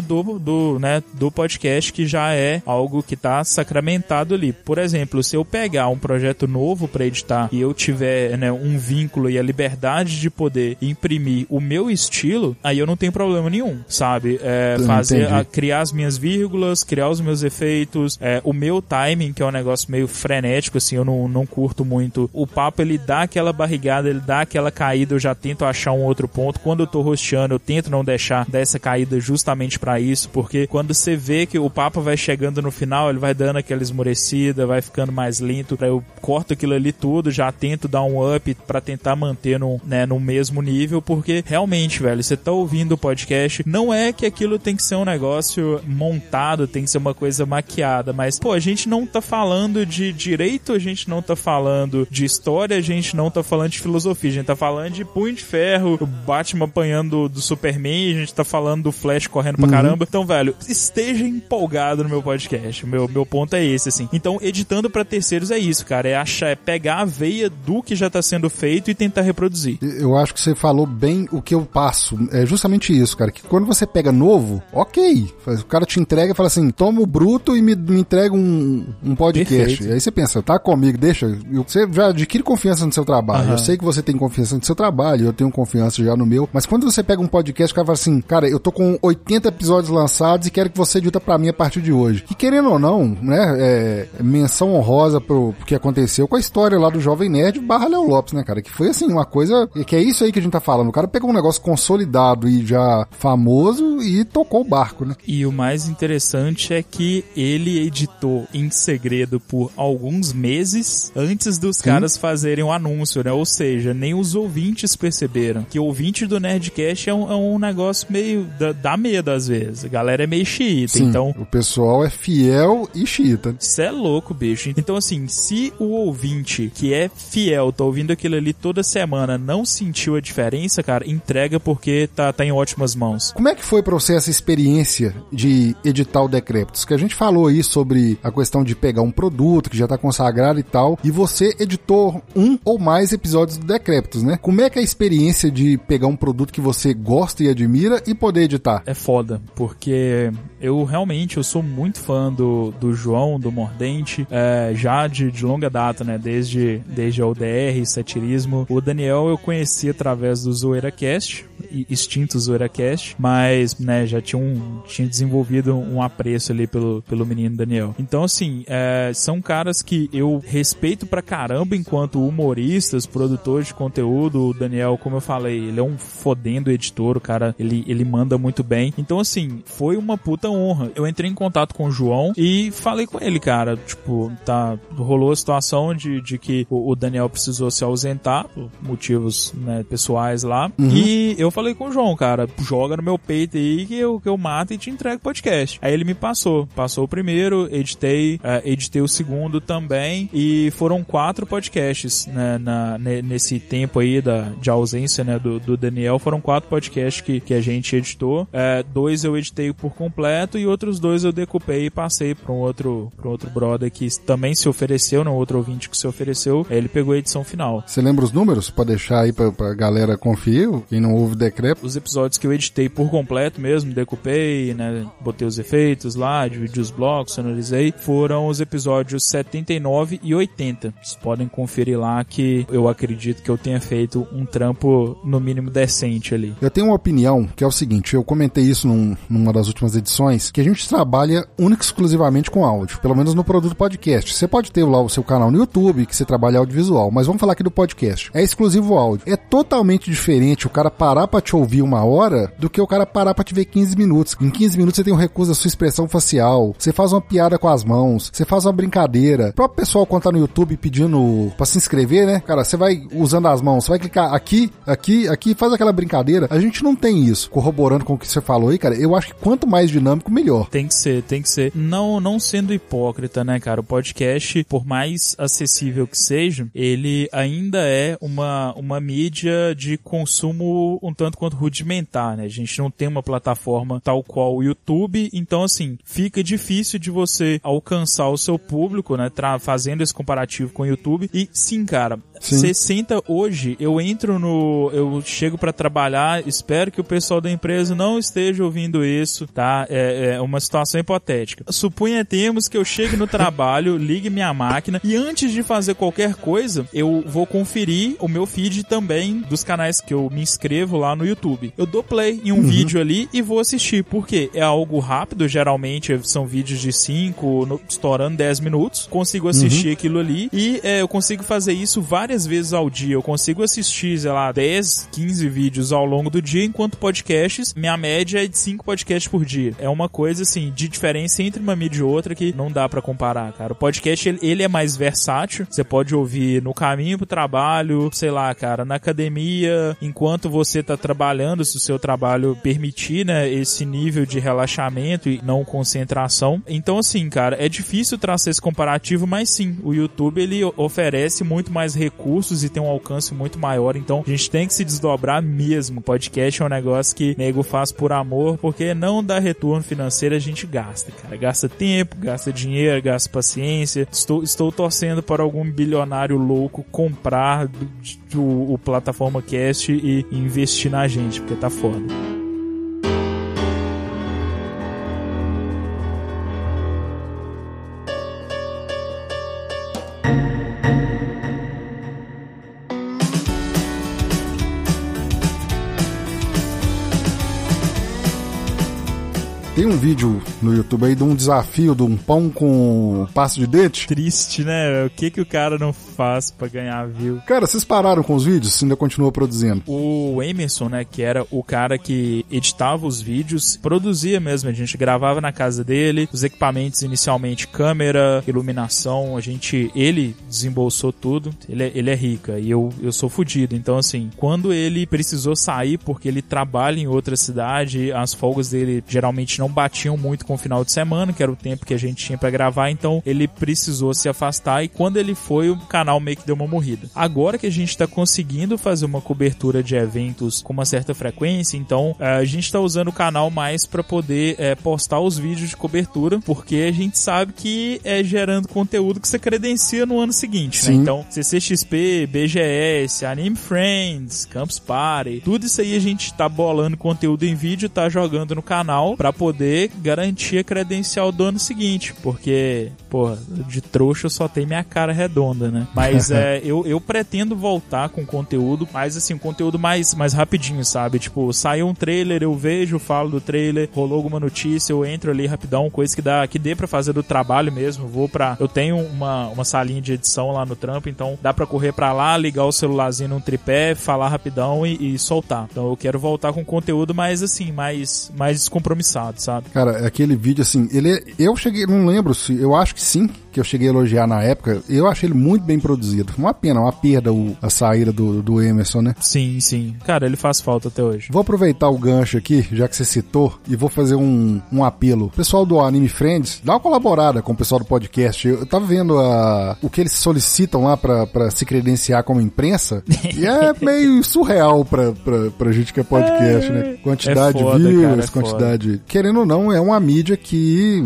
do podcast, que já é algo que tá sacramentado ali. Por exemplo, se eu pegar um projeto novo pra editar e eu tiver, né, um vínculo e a liberdade de poder imprimir o meu estilo, aí eu não tenho problema nenhum, sabe? Criar as minhas vírgulas, criar os meus efeitos, o meu timing, que é um negócio meio frenético, assim, eu não curto muito. O papo, ele dá aquela barrigada, ele dá aquela caída, eu já tento achar um outro ponto. Quando eu tô rosteando, eu tento não deixar dessa caída justamente pra isso, porque quando você vê que o papo vai chegando no final, ele vai dando aquela esmorecida, vai ficando mais lento, eu corto aquilo ali tudo, já tento dar um up pra tentar manter no mesmo nível, porque realmente, velho, você tá ouvindo o podcast, não é que aquilo tem que ser um negócio montado, tem que ser uma coisa maquiada, mas, pô, a gente não tá falando de direito, a gente não tá falando de história, a gente não tá falando de filosofia, a gente tá falando de Punho de Ferro, o Batman apanhando do Superman, a gente tá falando do Flash correndo pra caramba. Então, velho, esteja empolgado no meu podcast. O meu ponto é esse, assim. Então, editando pra terceiros é isso, cara. É pegar a veia do que já tá sendo feito e tentar reproduzir. Eu acho que você falou bem o que eu passo. É justamente isso, cara. Que quando você pega novo, ok. O cara te entrega e fala assim, toma o bruto e me entrega um podcast. Perfeito. E aí você pensa, tá comigo, deixa. Você já adquire confiança no seu trabalho. Eu sei que você tem confiança no seu trabalho, eu tenho confiança já no meu. Mas quando você pega um podcast, o cara fala assim, cara, eu tô com 80 episódios lançados e quero que você edita pra mim a partir de hoje. E querendo ou não, né, menção honrosa pro que aconteceu com a história lá do Jovem Nerd / Léo Lopes, né, cara? Que foi assim, uma coisa, que é isso aí que a gente tá falando. O cara pegou um negócio consolidado e já famoso e tocou o barco, né? E o mais interessante é que ele editou em segredo por alguns meses antes dos caras fazerem o anúncio, né? Ou seja, nem os ouvintes perceberam. Que o ouvinte do Nerdcast é um negócio meio... dá medo às vezes. A galera é meio xiita. Sim, então... o pessoal é fiel e xiita. Cê é louco, bicho. Então, assim, se o ouvinte que é fiel, tá ouvindo aquilo ali toda semana, não sentiu a diferença, cara, entrega porque tá em ótimas mãos. Como é que foi pra você essa experiência de editar o Decréptos? Que a gente falou aí sobre a questão de pegar um produto que já tá consagrado e tal, e você editou um ou mais episódios do Decréptos, né? Como é que é a experiência de pegar um produto que você gosta e admira e poder editar? É foda, porque eu sou muito fã do João, do Mordente, já de longa data, né? Desde a ODR, Satirismo. O Daniel eu conheci através do ZoeiraCast, extinto ZoeiraCast, mas, né, já tinha desenvolvido um apreço ali pelo menino Daniel. Então, assim, são caras que eu respeito pra caramba enquanto humoristas, produtores de conteúdo. O Daniel, como eu falei, ele é um fodendo editor, o cara, ele manda muito bem. Então, assim, foi uma puta honra. Eu entrei em contato com o João e falei com ele, cara, tipo, rolou a situação de que o Daniel precisou se ausentar por motivos, né, pessoais lá. E eu falei com o João, cara, joga no meu peito aí que eu mato e te entrego o podcast. Aí ele me passou o primeiro, editei o segundo também, e foram 4 podcasts, né, nesse tempo aí de ausência, né, do Daniel. Foram 4 podcasts que a gente editou. 2 eu editei por completo e outros 2 eu decupei e passei para um outro brother que também se ofereceu, né, outro ouvinte que se ofereceu. Aí ele pegou a edição final. Você lembra os números? Pode deixar aí pra galera conferir, quem não ouve o decreto. Os episódios que eu editei por completo mesmo, decupei, né, botei os efeitos lá, dividi os blocos, sonorizei, foram os episódios 79 e 80. Vocês podem conferir lá que eu acredito que eu tenha feito um trampo no mínimo decente ali. Eu tenho uma opinião que é o seguinte, eu comentei isso numa das últimas edições, que a gente trabalha única e exclusivamente com áudio, pelo menos no produto podcast. Você pode ter lá o seu canal no YouTube, que você trabalha audiovisual, mas vamos falar aqui do podcast. É exclusivo áudio. É totalmente diferente o cara parar pra te ouvir 1 hora do que o cara parar pra te ver 15 minutos. Em 15 minutos você tem um recurso da sua expressão facial, você faz uma piada com as mãos, você faz uma brincadeira. O próprio pessoal quando tá no YouTube pedindo pra se inscrever, né? Cara, você vai usando as mãos, você vai clicar aqui, faz aquela brincadeira. A gente não tem isso. Corroborando com o que você falou aí, cara, eu acho que quanto mais dinâmico, melhor. Tem que ser. Não sendo hipócrita, né, cara? O podcast, por mais acessível que seja, ele ainda é uma mídia de consumo um tanto quanto rudimentar, né? A gente não tem uma plataforma tal qual o YouTube, então, assim, fica difícil de você alcançar o seu público, né? Fazendo esse comparativo com o YouTube. E, sim, cara, você senta hoje, eu chego pra trabalhar, espero que o pessoal da empresa não esteja ouvindo isso, tá? É uma situação hipotética. Suponhamos que eu chegue no trabalho, ligue minha máquina e antes de fazer qualquer coisa, eu vou conferir o meu feed também dos canais que eu me inscrevo lá no YouTube. Eu dou play em um vídeo ali e vou assistir, porque é algo rápido, geralmente são vídeos de 5, estourando 10 minutos, consigo assistir aquilo ali e eu consigo fazer isso várias vezes ao dia. Eu consigo assistir, sei lá, 10, 15 vídeos ao longo do dia, enquanto podcasts, minha média é de 5 podcasts por dia. É uma coisa, assim, de diferença entre uma mídia e outra que não dá pra comparar, cara. O podcast, ele é mais versátil. Você pode ouvir no caminho pro trabalho, sei lá, cara, na academia, enquanto você tá trabalhando, se o seu trabalho permitir, né, esse nível de relaxamento e não concentração. Então, assim, cara, é difícil traçar esse comparativo, mas sim, o YouTube, ele oferece muito mais recursos e tem um alcance muito maior, então a gente tem que se desdobrar mesmo. Podcast é um negócio que nego faz por amor, porque não dá retorno financeiro, a gente gasta, cara. Gasta tempo, gasta dinheiro, gasta paciência. Estou torcendo para algum bilionário louco comprar o Plataforma Cast e investir na gente, porque tá foda. Tem um vídeo no YouTube aí de um desafio de um pão com pasta de dente. Triste, né? O que o cara não faz pra ganhar view? Cara, vocês pararam com os vídeos? Ainda continua produzindo? O Emerson, né, que era o cara que editava os vídeos, produzia mesmo. A gente gravava na casa dele, os equipamentos inicialmente, câmera, iluminação, ele desembolsou tudo. Ele é rica e eu sou fudido. Então, assim, quando ele precisou sair porque ele trabalha em outra cidade, as folgas dele geralmente não batiam muito com o final de semana, que era o tempo que a gente tinha pra gravar, então ele precisou se afastar e quando ele foi, o canal meio que deu uma morrida. Agora que a gente tá conseguindo fazer uma cobertura de eventos com uma certa frequência, então a gente tá usando o canal mais pra poder postar os vídeos de cobertura, porque a gente sabe que é gerando conteúdo que você credencia no ano seguinte, né? Então, CCXP, BGS, Anime Friends, Campus Party, tudo isso aí a gente tá bolando conteúdo em vídeo, tá jogando no canal pra poder poder garantir a credencial do ano seguinte, porque, porra, de trouxa eu só tenho minha cara redonda, né? Mas eu pretendo voltar com conteúdo, mas assim, um conteúdo mais rapidinho, sabe? Tipo, saiu um trailer, eu vejo, falo do trailer, rolou alguma notícia, eu entro ali rapidão, coisa que dê pra fazer do trabalho mesmo, eu tenho uma salinha de edição lá no trampo, então dá pra correr pra lá, ligar o celularzinho num tripé, falar rapidão e soltar. Então eu quero voltar com conteúdo mais assim, mais descompromissado, sabe? Cara, aquele vídeo assim, eu cheguei, não lembro se, eu acho que sim, que eu cheguei a elogiar na época, eu achei ele muito bem produzido. Uma pena, uma perda a saída do Emerson, né? Sim, sim. Cara, ele faz falta até hoje. Vou aproveitar o gancho aqui, já que você citou, e vou fazer um apelo. Pessoal do Anime Friends, dá uma colaborada com o pessoal do podcast. Eu tava vendo o que eles solicitam lá pra se credenciar como imprensa, e é meio surreal pra gente que é podcast, né? Quantidade foda, de views, cara, quantidade... Foda. Querendo ou não, é uma mídia que...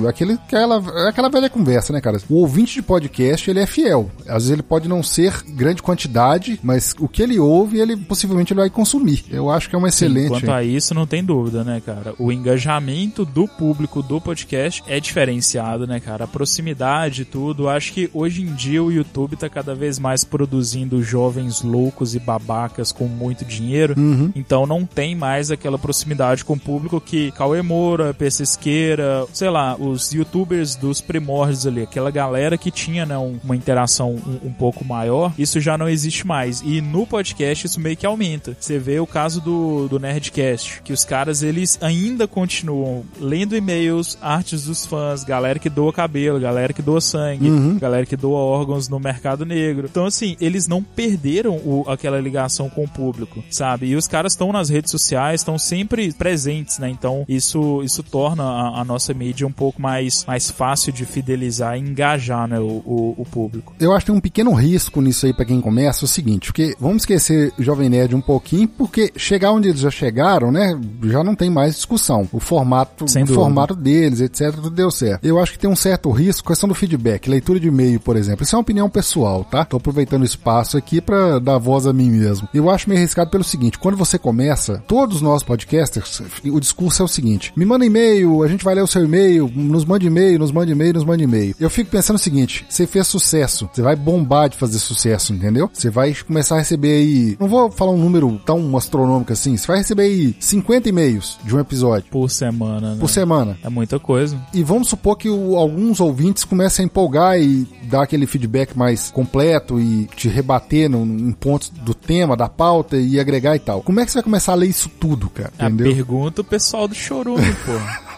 Aquela velha conversa, né, cara? O ouvinte de podcast, ele é fiel. Às vezes ele pode não ser grande quantidade, mas o que ele ouve, possivelmente ele vai consumir. Eu acho que é uma excelente... Sim, quanto a isso, não tem dúvida, né, cara? O engajamento do público do podcast é diferenciado, né, cara? A proximidade e tudo. Acho que hoje em dia o YouTube tá cada vez mais produzindo jovens loucos e babacas com muito dinheiro. Uhum. Então não tem mais aquela proximidade com o público que Cauê Moura, PC Siqueira, sei lá, os youtubers dos primórdios ali, aquela galera que tinha, né, uma interação um pouco maior, isso já não existe mais. E no podcast isso meio que aumenta. Você vê o caso do Nerdcast, que os caras, eles ainda continuam lendo e-mails, artes dos fãs, galera que doa cabelo, galera que doa sangue, galera que doa órgãos no mercado negro. Então, assim, eles não perderam aquela ligação com o público, sabe? E os caras estão nas redes sociais, estão sempre presentes, né? Então, isso torna a nossa mídia um pouco mais fácil de fidelizar e engajar, né, o público. Eu acho que tem um pequeno risco nisso aí pra quem começa, o seguinte, porque vamos esquecer o Jovem Nerd um pouquinho, porque chegar onde eles já chegaram, né, já não tem mais discussão. O formato deles, etc, tudo deu certo. Eu acho que tem um certo risco, questão do feedback, leitura de e-mail, por exemplo. Isso é uma opinião pessoal, tá? Tô aproveitando o espaço aqui pra dar voz a mim mesmo. Eu acho meio arriscado pelo seguinte, quando você começa, todos nós podcasters, o discurso é o seguinte, me manda e-mail, a gente vai ler o seu e-mail, nos mande e-mail, nos mande e-mail, nos mande e-mail. Eu fico pensando o seguinte, você fez sucesso, você vai bombar de fazer sucesso, entendeu? Você vai começar a receber aí, não vou falar um número tão astronômico assim, você vai receber aí 50 e-mails de um episódio. Por semana, né? Por semana. É muita coisa. E vamos supor que alguns ouvintes comecem a empolgar e dar aquele feedback mais completo e te rebater em pontos do tema, da pauta e agregar e tal. Como é que você vai começar a ler isso tudo, cara? Entendeu? Pergunta o pessoal do Chorume, pô.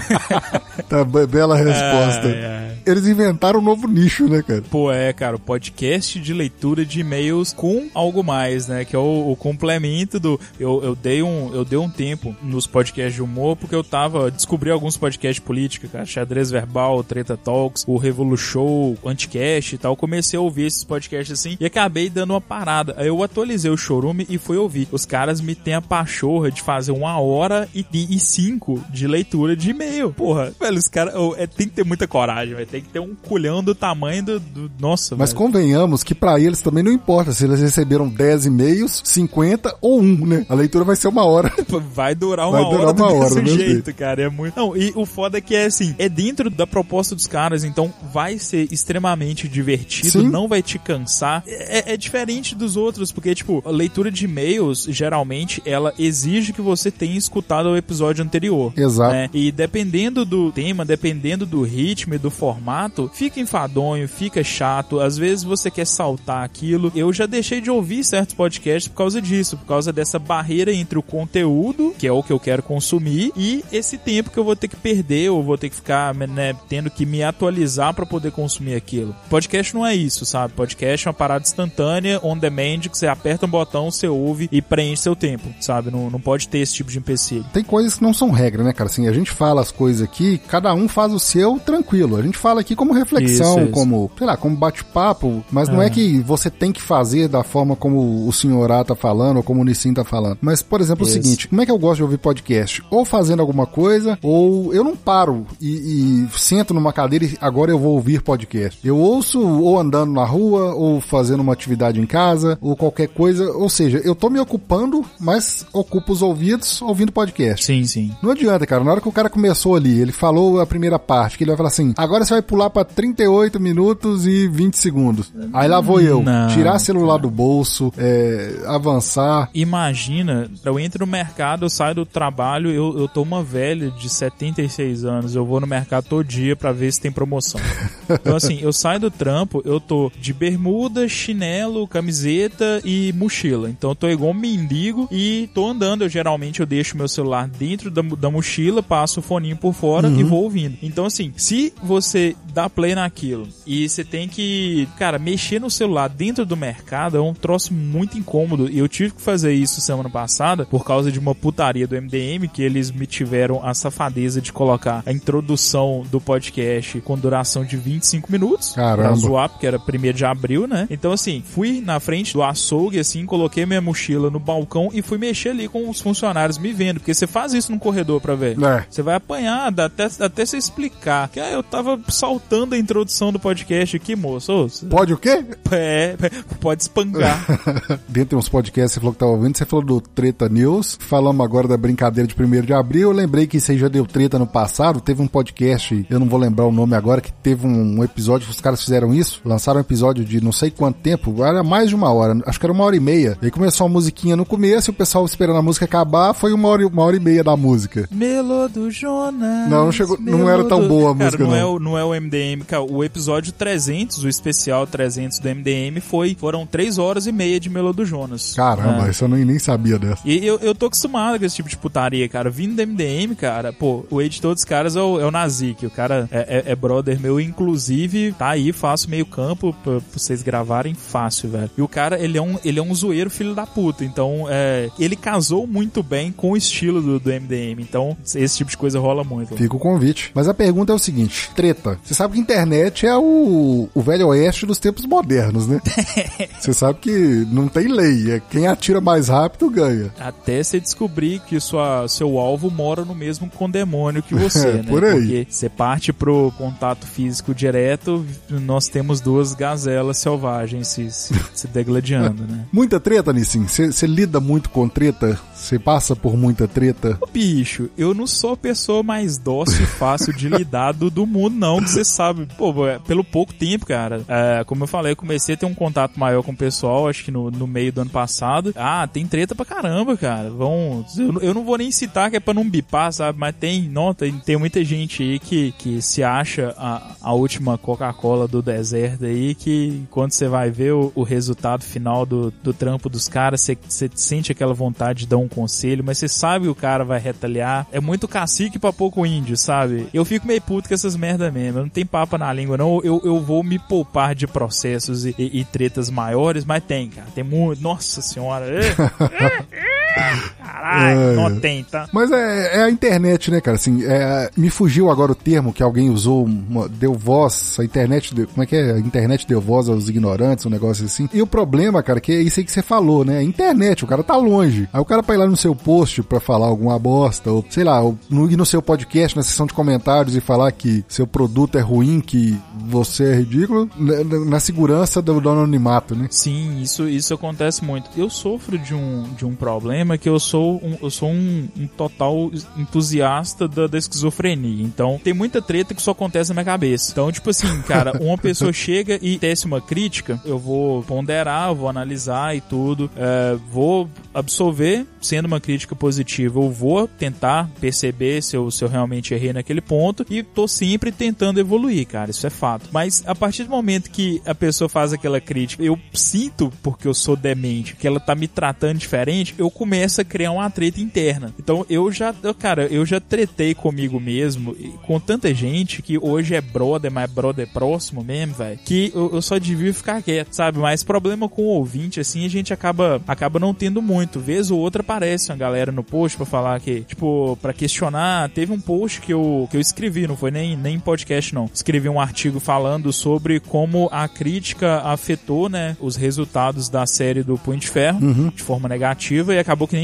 Tá, bela resposta. Eles inventaram um novo nicho, né, cara? Pô, cara, o podcast de leitura de e-mails com algo mais, né, que é o complemento do... Eu dei um tempo nos podcasts de humor, porque descobri alguns podcasts de política, cara, Xadrez Verbal, Treta Talks, o Revolu Show, Anticast e tal, comecei a ouvir esses podcasts assim, e acabei dando uma parada. Aí eu atualizei o Chorume e fui ouvir. Os caras me têm a pachorra de fazer 1h05 de leitura de e-mail. Porra, velho, os caras... tem que ter muita coragem, velho. Tem que ter um culhão do tamanho do... Nossa, mas velho. Convenhamos que pra eles também não importa se eles receberam 10 e-mails, 50 ou 1, né? A leitura vai ser 1 hora. Vai durar uma hora do mesmo jeito, cara. É muito... Não, e o foda é que é assim, é dentro da proposta dos caras, então vai ser extremamente divertido, sim, não vai te cansar. É diferente dos outros, porque, tipo, a leitura de e-mails, geralmente, ela exige que você tenha escutado o episódio anterior. Exato. Né? E dependendo do tema, dependendo do ritmo e do formato, fica enfadonho, fica chato, às vezes você quer saltar aquilo. Eu já deixei de ouvir certos podcasts por causa disso, por causa dessa barreira entre o conteúdo, que é o que eu quero consumir, e esse tempo que eu vou ter que perder, ou vou ter que ficar, né, tendo que me atualizar pra poder consumir aquilo. Podcast não é isso, sabe? Podcast é uma parada instantânea, on demand, que você aperta um botão, você ouve e preenche seu tempo, sabe? Não pode ter esse tipo de empecilho. Tem coisas que não são regra, né, cara? Assim, a gente fala as coisas aqui, cada um faz o seu tranquilo. A gente fala aqui como reflexão, isso. Como, sei lá, como bate-papo, mas não é que você tem que fazer da forma como o senhor A tá falando ou como o Nissin tá falando. Mas, por exemplo, o seguinte, como é que eu gosto de ouvir podcast? Ou fazendo alguma coisa, ou eu não paro e sento numa cadeira e agora eu vou ouvir podcast. Eu ouço ou andando na rua, ou fazendo uma atividade em casa, ou qualquer coisa. Ou seja, eu tô me ocupando, mas ocupo os ouvidos ouvindo podcast. Sim, sim. Não adianta, cara. Na hora que o cara começou ali, ele falou a primeira parte, que ele vai falar assim, agora você vai pular pra 38 minutos e 20 segundos. Aí lá vou eu, tirar celular do bolso, avançar. Imagina, eu entro no mercado, eu saio do trabalho, eu tô uma velha de 76 anos, eu vou no mercado todo dia pra ver se tem promoção. Então assim, eu saio do trampo, eu tô de bermuda, chinelo, camiseta e mochila. Então eu tô igual um mendigo e tô andando. Eu deixo meu celular dentro da mochila, passo o foninho por fora e vou ouvindo. Então assim, se você dá play naquilo e você tem que, cara, mexer no celular dentro do mercado é um troço muito incômodo. E eu tive que fazer isso semana passada por causa de uma putaria do MDM, que eles me tiveram a safadeza de colocar a introdução do podcast com duração de 25 minutos. Caramba. Pra zoar, porque era 1º de abril, né? Então assim, fui na frente do açougue, assim, coloquei minha mochila no balcão e fui mexer ali com os funcionários me vendo, porque você faz isso no corredor pra ver. Você vai apanhar, até você explicar. Que eu tava saltando a introdução do podcast aqui, moço. Pode o quê? Pode espancar. Dentre uns podcasts que você falou que tava ouvindo, você falou do Treta News. Falamos agora da brincadeira de 1º de abril. Eu lembrei que isso aí já deu treta no passado. Teve um podcast, eu não vou lembrar o nome agora, que teve um episódio que os caras fizeram isso. Lançaram um episódio de não sei quanto tempo, era mais de 1 hora, acho que era 1h30. E aí começou uma musiquinha no começo e o pessoal esperando a música acabar, foi 1h30 da música. Melo do Jonas. Não chegou, não era tão boa a música, cara, não é o MDM, cara, o episódio 300, o especial 300 do MDM foram 3h30 de Melo do Jonas. Caramba, isso eu nem sabia dessa. E eu tô acostumado com esse tipo de putaria, cara, vindo do MDM, cara, pô, o editor dos caras é o Nazik, o cara é brother meu, inclusive, tá aí, faço meio campo pra vocês gravarem fácil, velho. E o cara, ele é um zoeiro filho da puta, então, ele casou muito bem com o estilo do MDM, então esse tipo de coisa rola muito. Fica o convite. Mas a pergunta é o seguinte, treta, você sabe que a internet é o velho oeste dos tempos modernos, né? Você sabe que não tem lei, quem atira mais rápido ganha. Até você descobrir que seu alvo mora no mesmo condemônio que você, né? Por aí. Porque você parte pro contato físico direto, nós temos 2 gazelas selvagens se degladiando, né? Muita treta, Nissim? Você lida muito com treta? Você passa por muita treta? Ô, bicho, eu não sou a pessoa mais dócil e fácil de lidar do mundo, não, que você sabe. Pô, pelo pouco tempo, cara, como eu falei, eu comecei a ter um contato maior com o pessoal, acho que no meio do ano passado. Tem treta pra caramba, cara. Eu não vou nem citar, que é pra não bipar, sabe? Mas tem muita gente aí que se acha a última Coca-Cola do deserto aí, que quando você vai ver o resultado final do trampo dos caras, você sente aquela vontade de dar um conselho, mas você sabe que o cara vai retaliar. É muito cacique pra pouco índio, sabe? Eu fico meio puto com essas merda mesmo. Eu não tenho papo na língua, não. Eu vou me poupar de processos e tretas maiores, mas tem, cara. Tem muito. Nossa senhora. Caralho, não tem, tá? Mas é a internet, né, cara? Assim, me fugiu agora o termo que alguém usou, deu voz, a internet, como é que é? A internet deu voz aos ignorantes, um negócio assim. E o problema, cara, que é isso aí que você falou, né? A internet, o cara tá longe. Aí o cara pra ir lá no seu post pra falar alguma bosta, ou sei lá, ir no seu podcast, na seção de comentários e falar que seu produto é ruim, que você é ridículo, na segurança do anonimato, né? Sim, isso acontece muito. Eu sofro de um problema que eu sou um total entusiasta da esquizofrenia. Então, tem muita treta que só acontece na minha cabeça. Então, tipo assim, cara, uma pessoa chega e tece uma crítica, eu vou ponderar, eu vou analisar e tudo, vou absorver, sendo uma crítica positiva, eu vou tentar perceber se eu realmente errei naquele ponto e tô sempre tentando evoluir, cara, isso é fato. Mas a partir do momento que a pessoa faz aquela crítica, eu sinto, porque eu sou demente, que ela tá me tratando diferente, eu começo a criar uma treta interna. Então eu já tretei comigo mesmo, com tanta gente que hoje é brother, mas brother próximo mesmo, velho, que eu só devia ficar quieto, sabe? Mas problema com o ouvinte, assim, a gente acaba não tendo muito. Vez ou outra aparece uma galera no post pra falar que, tipo, pra questionar. Teve um post que eu escrevi, não foi nem podcast, não. Escrevi um artigo falando sobre como a crítica afetou, né, os resultados da série do Punho de Ferro, de forma negativa, e acabou que nem foi, cara.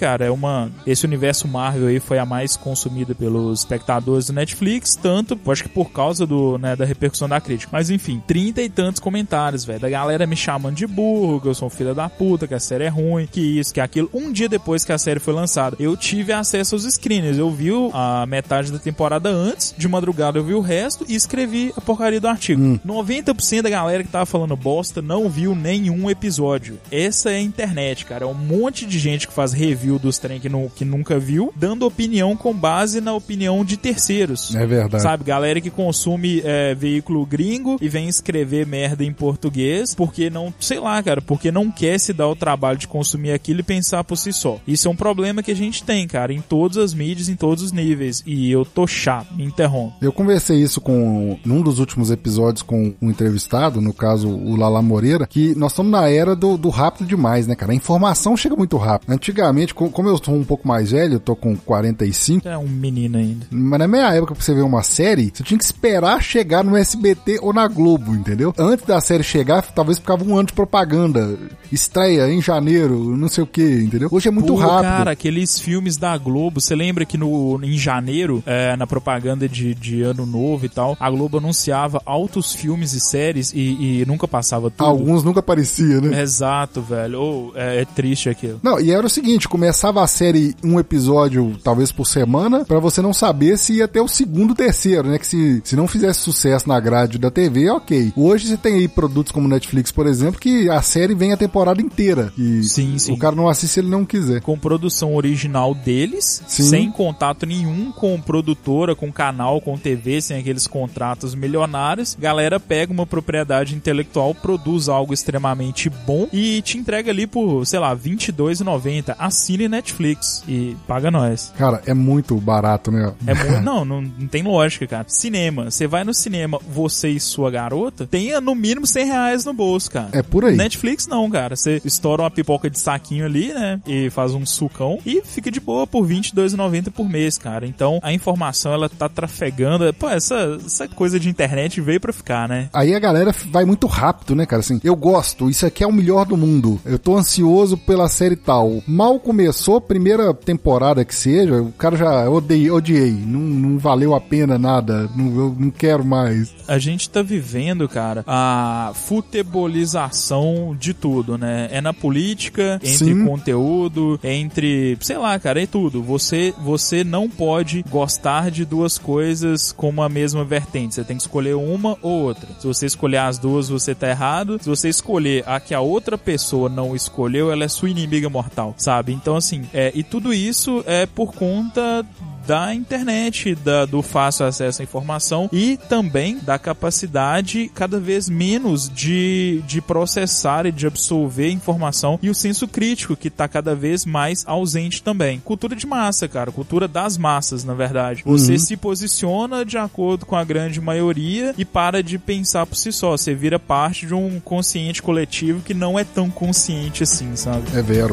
cara, esse universo Marvel aí foi a mais consumida pelos espectadores do Netflix, tanto, acho que por causa da repercussão da crítica. Mas enfim, 30 e tantos comentários, velho, da galera me chamando de burro, que eu sou um filho da puta, que a série é ruim, que isso, que aquilo. Um dia depois que a série foi lançada, eu tive acesso aos screeners, eu vi a metade da temporada antes, de madrugada eu vi o resto e escrevi a porcaria do artigo. 90% da galera que tava falando bosta não viu nenhum episódio. Essa é a internet, cara, é um monte de gente que faz review dos trem que nunca viu, dando opinião com base na opinião de terceiros. É verdade. Sabe, galera que consome veículo gringo e vem escrever merda em português, porque não, sei lá, cara, porque não quer se dar o trabalho de consumir aquilo e pensar por si só. Isso é um problema que a gente tem, cara, em todas as mídias, em todos os níveis, e eu tô chato, me interrompo. Eu conversei isso num dos últimos episódios com um entrevistado, no caso o Lala Moreira, que nós estamos na era do rápido demais, né, cara? A informação chega muito rápido. Antigamente, como eu sou um pouco mais velho, eu tô com 45. É um menino ainda. Mas na minha época, pra você ver uma série, você tinha que esperar chegar no SBT ou na Globo, entendeu? Antes da série chegar, talvez ficava um ano de propaganda. Estreia em janeiro, não sei o que, entendeu? Hoje é muito rápido. Cara, aqueles filmes da Globo, você lembra que em janeiro, na propaganda de Ano Novo e tal, a Globo anunciava altos filmes e séries e nunca passava tudo. Alguns nunca aparecia, né? Exato, velho. É triste aquilo. Não, e era o seguinte, começava a série um episódio, talvez por semana, pra você não saber se ia ter o segundo, terceiro, né? Que se não fizesse sucesso na grade da TV, ok. Hoje você tem aí produtos como Netflix, por exemplo, que a série vem a temporada inteira. E sim. O cara não assiste se ele não quiser. Com produção original deles, sim, sem contato nenhum com produtora, com canal, com TV, sem aqueles contratos milionários. Galera pega uma propriedade intelectual, produz algo extremamente bom e te entrega ali por, sei lá, R$22,90. Assine Netflix e paga nós. Cara, é muito barato, né? Não tem lógica, cara. Cinema. Você vai no cinema, você e sua garota, tenha no mínimo R$100 no bolso, cara. É por aí. Netflix não, cara. Você estoura uma pipoca de saquinho ali, né? E faz um sucão e fica de boa por R$22,90 por mês, cara. Então, a informação, ela tá trafegando. Pô, essa coisa de internet veio pra ficar, né? Aí a galera vai muito rápido, né, cara? Assim, eu gosto, isso aqui é o melhor do mundo. Eu tô ansioso pela série tal. Mal começou, primeira temporada que seja, o cara já odiei. Não valeu a pena nada. Eu não quero mais. A gente tá vivendo, cara, a futebolização de tudo, né? É na política, entre sim, conteúdo, entre, sei lá, cara, é tudo. Você não pode gostar de duas coisas como a mesma vertente. Você tem que escolher uma ou outra. Se você escolher as duas, você tá errado. Se você escolher a que a outra pessoa não escolheu, ela é sua inimiga mortal, sabe? Então, assim, e tudo isso é por conta da internet, do fácil acesso à informação e também da capacidade cada vez menos de processar e de absorver informação e o senso crítico que tá cada vez mais ausente também. Cultura de massa, cara, cultura das massas, na verdade. Você se posiciona de acordo com a grande maioria e para de pensar por si só. Você vira parte de um consciente coletivo que não é tão consciente assim, sabe? É vero.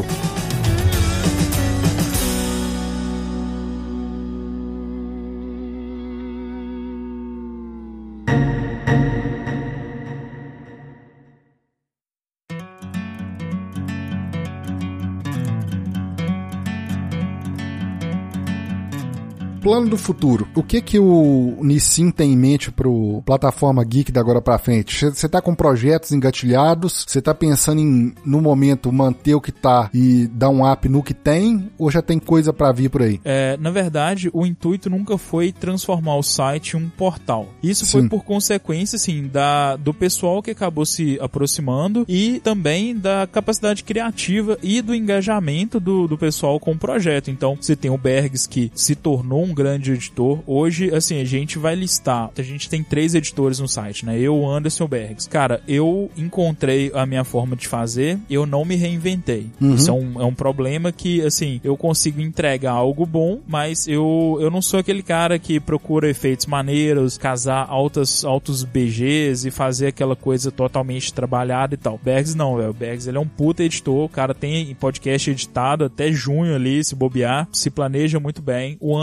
Plano do futuro. O que o Nissin tem em mente pro plataforma Geek da agora pra frente? Você tá com projetos engatilhados? Você tá pensando em, no momento, manter o que tá e dar um up no que tem? Ou já tem coisa pra vir por aí? Na verdade, o intuito nunca foi transformar o site em um portal. Isso foi por consequência, assim, do pessoal que acabou se aproximando e também da capacidade criativa e do engajamento do pessoal com o projeto. Então, você tem o Bergs, que se tornou um grande editor. Hoje, assim, a gente vai listar, a gente tem 3 editores no site, né? Eu, Anderson e o Bergs. Cara, eu encontrei a minha forma de fazer, eu não me reinventei. Isso é um problema que, assim, eu consigo entregar algo bom, mas eu não sou aquele cara que procura efeitos maneiros, casar altos BGs e fazer aquela coisa totalmente trabalhada e tal. Bergs não, velho. O Bergs, ele é um puta editor, o cara tem podcast editado até junho ali, se bobear, se planeja muito bem. O Anderson, a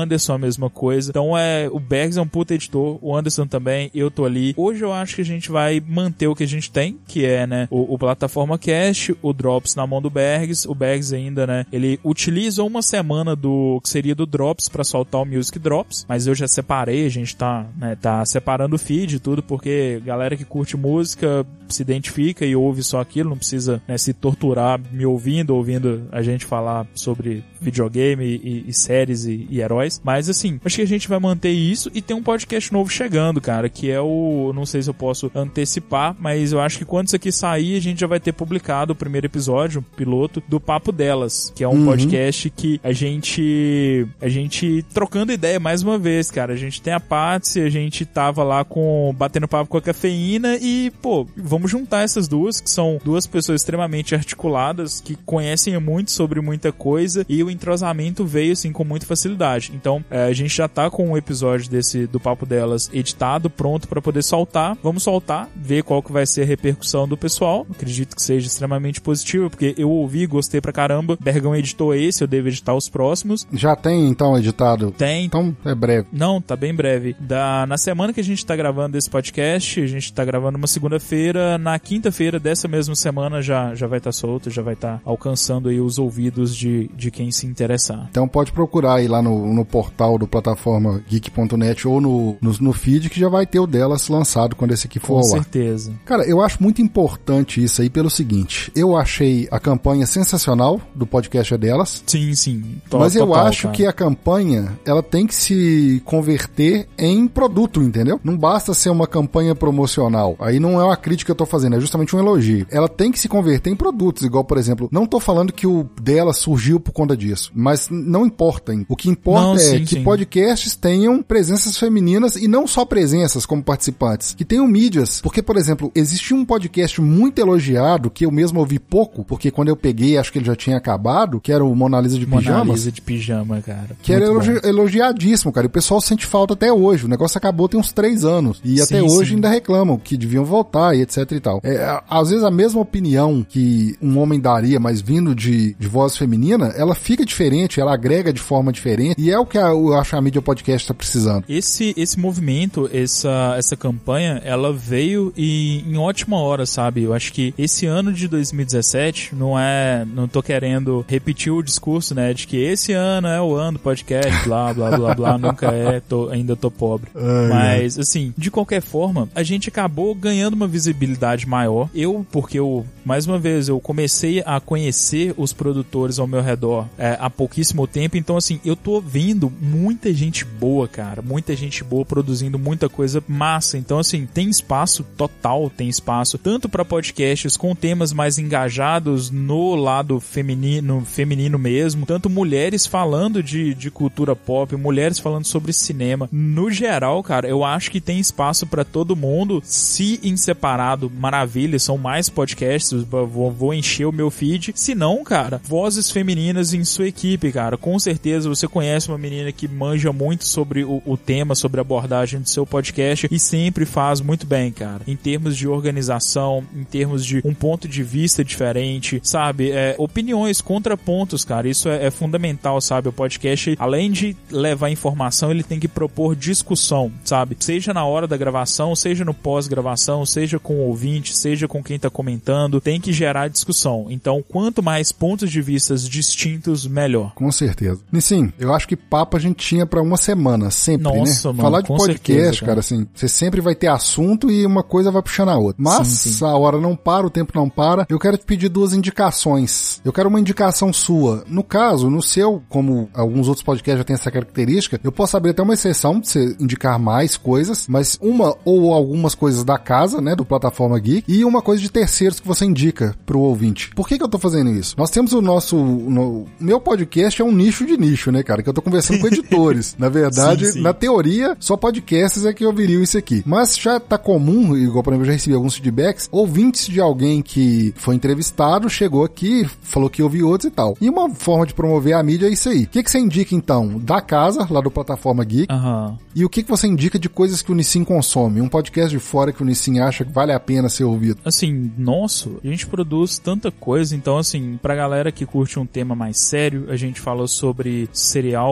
mesma coisa. Então o Bergs é um puta editor, o Anderson também, eu tô ali. Hoje eu acho que a gente vai manter o que a gente tem, que é, né, o Plataforma Cast, o Drops na mão do Bergs. O Bergs ainda, né, ele utiliza uma semana do que seria do Drops pra soltar o Music Drops, mas eu já separei, a gente tá separando o feed e tudo, porque galera que curte música se identifica e ouve só aquilo, não precisa, né, se torturar me ouvindo a gente falar sobre videogame e séries e heróis. Mas assim, acho que a gente vai manter isso e tem um podcast novo chegando, cara, que é não sei se eu posso antecipar, mas eu acho que quando isso aqui sair, a gente já vai ter publicado o primeiro episódio, o piloto, do Papo Delas, que é um podcast que a gente trocando ideia mais uma vez, cara. A gente tem a Patsy, a gente tava lá batendo papo com a Cafeína e, pô, vamos juntar essas duas, que são duas pessoas extremamente articuladas, que conhecem muito sobre muita coisa, e o entrosamento veio, assim, com muita facilidade. Então, a gente já tá com um episódio do Papo Delas editado, pronto pra poder soltar. Vamos soltar, ver qual que vai ser a repercussão do pessoal. Acredito que seja extremamente positiva, porque eu ouvi, gostei pra caramba. Bergão editou esse, eu devo editar os próximos. Já tem, então, editado? Tem. Então, é breve. Não, tá bem breve. Na semana que a gente tá gravando esse podcast, a gente tá gravando uma segunda-feira, na quinta-feira dessa mesma semana já vai estar solto, já vai estar alcançando aí os ouvidos de quem se interessar. Então pode procurar aí lá no portal do plataforma geek.net ou no feed, que já vai ter o delas lançado quando esse aqui for ao ar. Com certeza. Cara, eu acho muito importante isso aí pelo seguinte, eu achei a campanha sensacional do podcast delas. Sim. Mas eu acho que a campanha, ela tem que se converter em produto, entendeu? Não basta ser uma campanha promocional. Aí não é uma crítica que eu tô fazendo, é justamente um elogio. Ela tem que se converter em produtos, igual, por exemplo, não tô falando que o dela surgiu por conta disso, mas não importa, hein? O que importa que podcasts tenham presenças femininas e não só presenças como participantes, que tenham mídias, porque, por exemplo, existe um podcast muito elogiado, que eu mesmo ouvi pouco, porque quando eu peguei, acho que ele já tinha acabado, que era o Mona Lisa de Pijamas. Mona Lisa de Pijama, cara. Que era elogiadíssimo, cara, e o pessoal sente falta até hoje, o negócio acabou tem uns 3 anos, e até hoje ainda reclamam que deviam voltar e etc e tal. Às vezes a mesma opinião que um homem daria, mas vindo de voz feminina, ela fica diferente, ela agrega de forma diferente, e é o que eu acho que a mídia podcast tá precisando. Esse movimento, essa campanha, ela veio em ótima hora, sabe? Eu acho que esse ano de 2017 não tô querendo repetir o discurso, né, de que esse ano é o ano do podcast, blá, blá, blá, blá, nunca é, ainda tô pobre. Mas, assim, de qualquer forma, a gente acabou ganhando uma visibilidade maior. Porque mais uma vez, eu comecei a conhecer os produtores ao meu redor há pouquíssimo tempo, então, assim, eu tô vendo muita gente boa, cara, muita gente boa produzindo muita coisa massa, então, assim, tem espaço total, tem espaço tanto para podcasts com temas mais engajados no lado feminino mesmo, tanto mulheres falando de cultura pop, mulheres falando sobre cinema, no geral, cara, eu acho que tem espaço para todo mundo. Se em separado, maravilha, são mais podcasts, vou encher o meu feed. Se não, cara, vozes femininas em sua equipe, cara, com certeza você conhece uma menina que manja muito sobre o tema, sobre a abordagem do seu podcast e sempre faz muito bem, cara, em termos de organização, em termos de um ponto de vista diferente, sabe, opiniões, contrapontos, cara, isso é fundamental, sabe, o podcast, além de levar informação, ele tem que propor discussão, sabe, seja na hora da gravação, seja no pós-gravação, seja com o ouvinte, seja com quem tá comentando, tem que gerar discussão. Então, quanto mais pontos de vista distintos, melhor. Com certeza. Nissim, eu acho que papo a gente tinha pra uma semana, sempre, nossa, né? Mano, falar de podcast, certeza, cara, assim, você sempre vai ter assunto e uma coisa vai puxando a outra. Mas sim. A hora não para, o tempo não para. Eu quero te pedir 2 indicações. Eu quero uma indicação sua. No caso, no seu, como alguns outros podcasts já têm essa característica, eu posso abrir até uma exceção de você indicar mais coisas, mas uma ou algumas coisas da casa, né, do Plataforma Geek, e uma coisa de terceiros que você indica pro ouvinte. Por que eu tô fazendo isso? Nós temos meu podcast é um nicho de nicho, né, cara, que eu tô conversando com editores. Na verdade, sim. Na teoria, só podcasts é que ouviriam isso aqui. Mas já tá comum, igual, por exemplo, eu já recebi alguns feedbacks, ouvintes de alguém que foi entrevistado, chegou aqui, falou que ouviu outros e tal. E uma forma de promover a mídia é isso aí. O que você indica, então, da casa, lá do Plataforma Geek, e o que você indica de coisas que o Nissim consome? Um podcast de fora que o Nissim acha que vale a pena ser ouvido? Assim, nosso, a gente produz tanta coisa, então, assim, pra galera que curte um tema mais sério, a gente falou sobre serials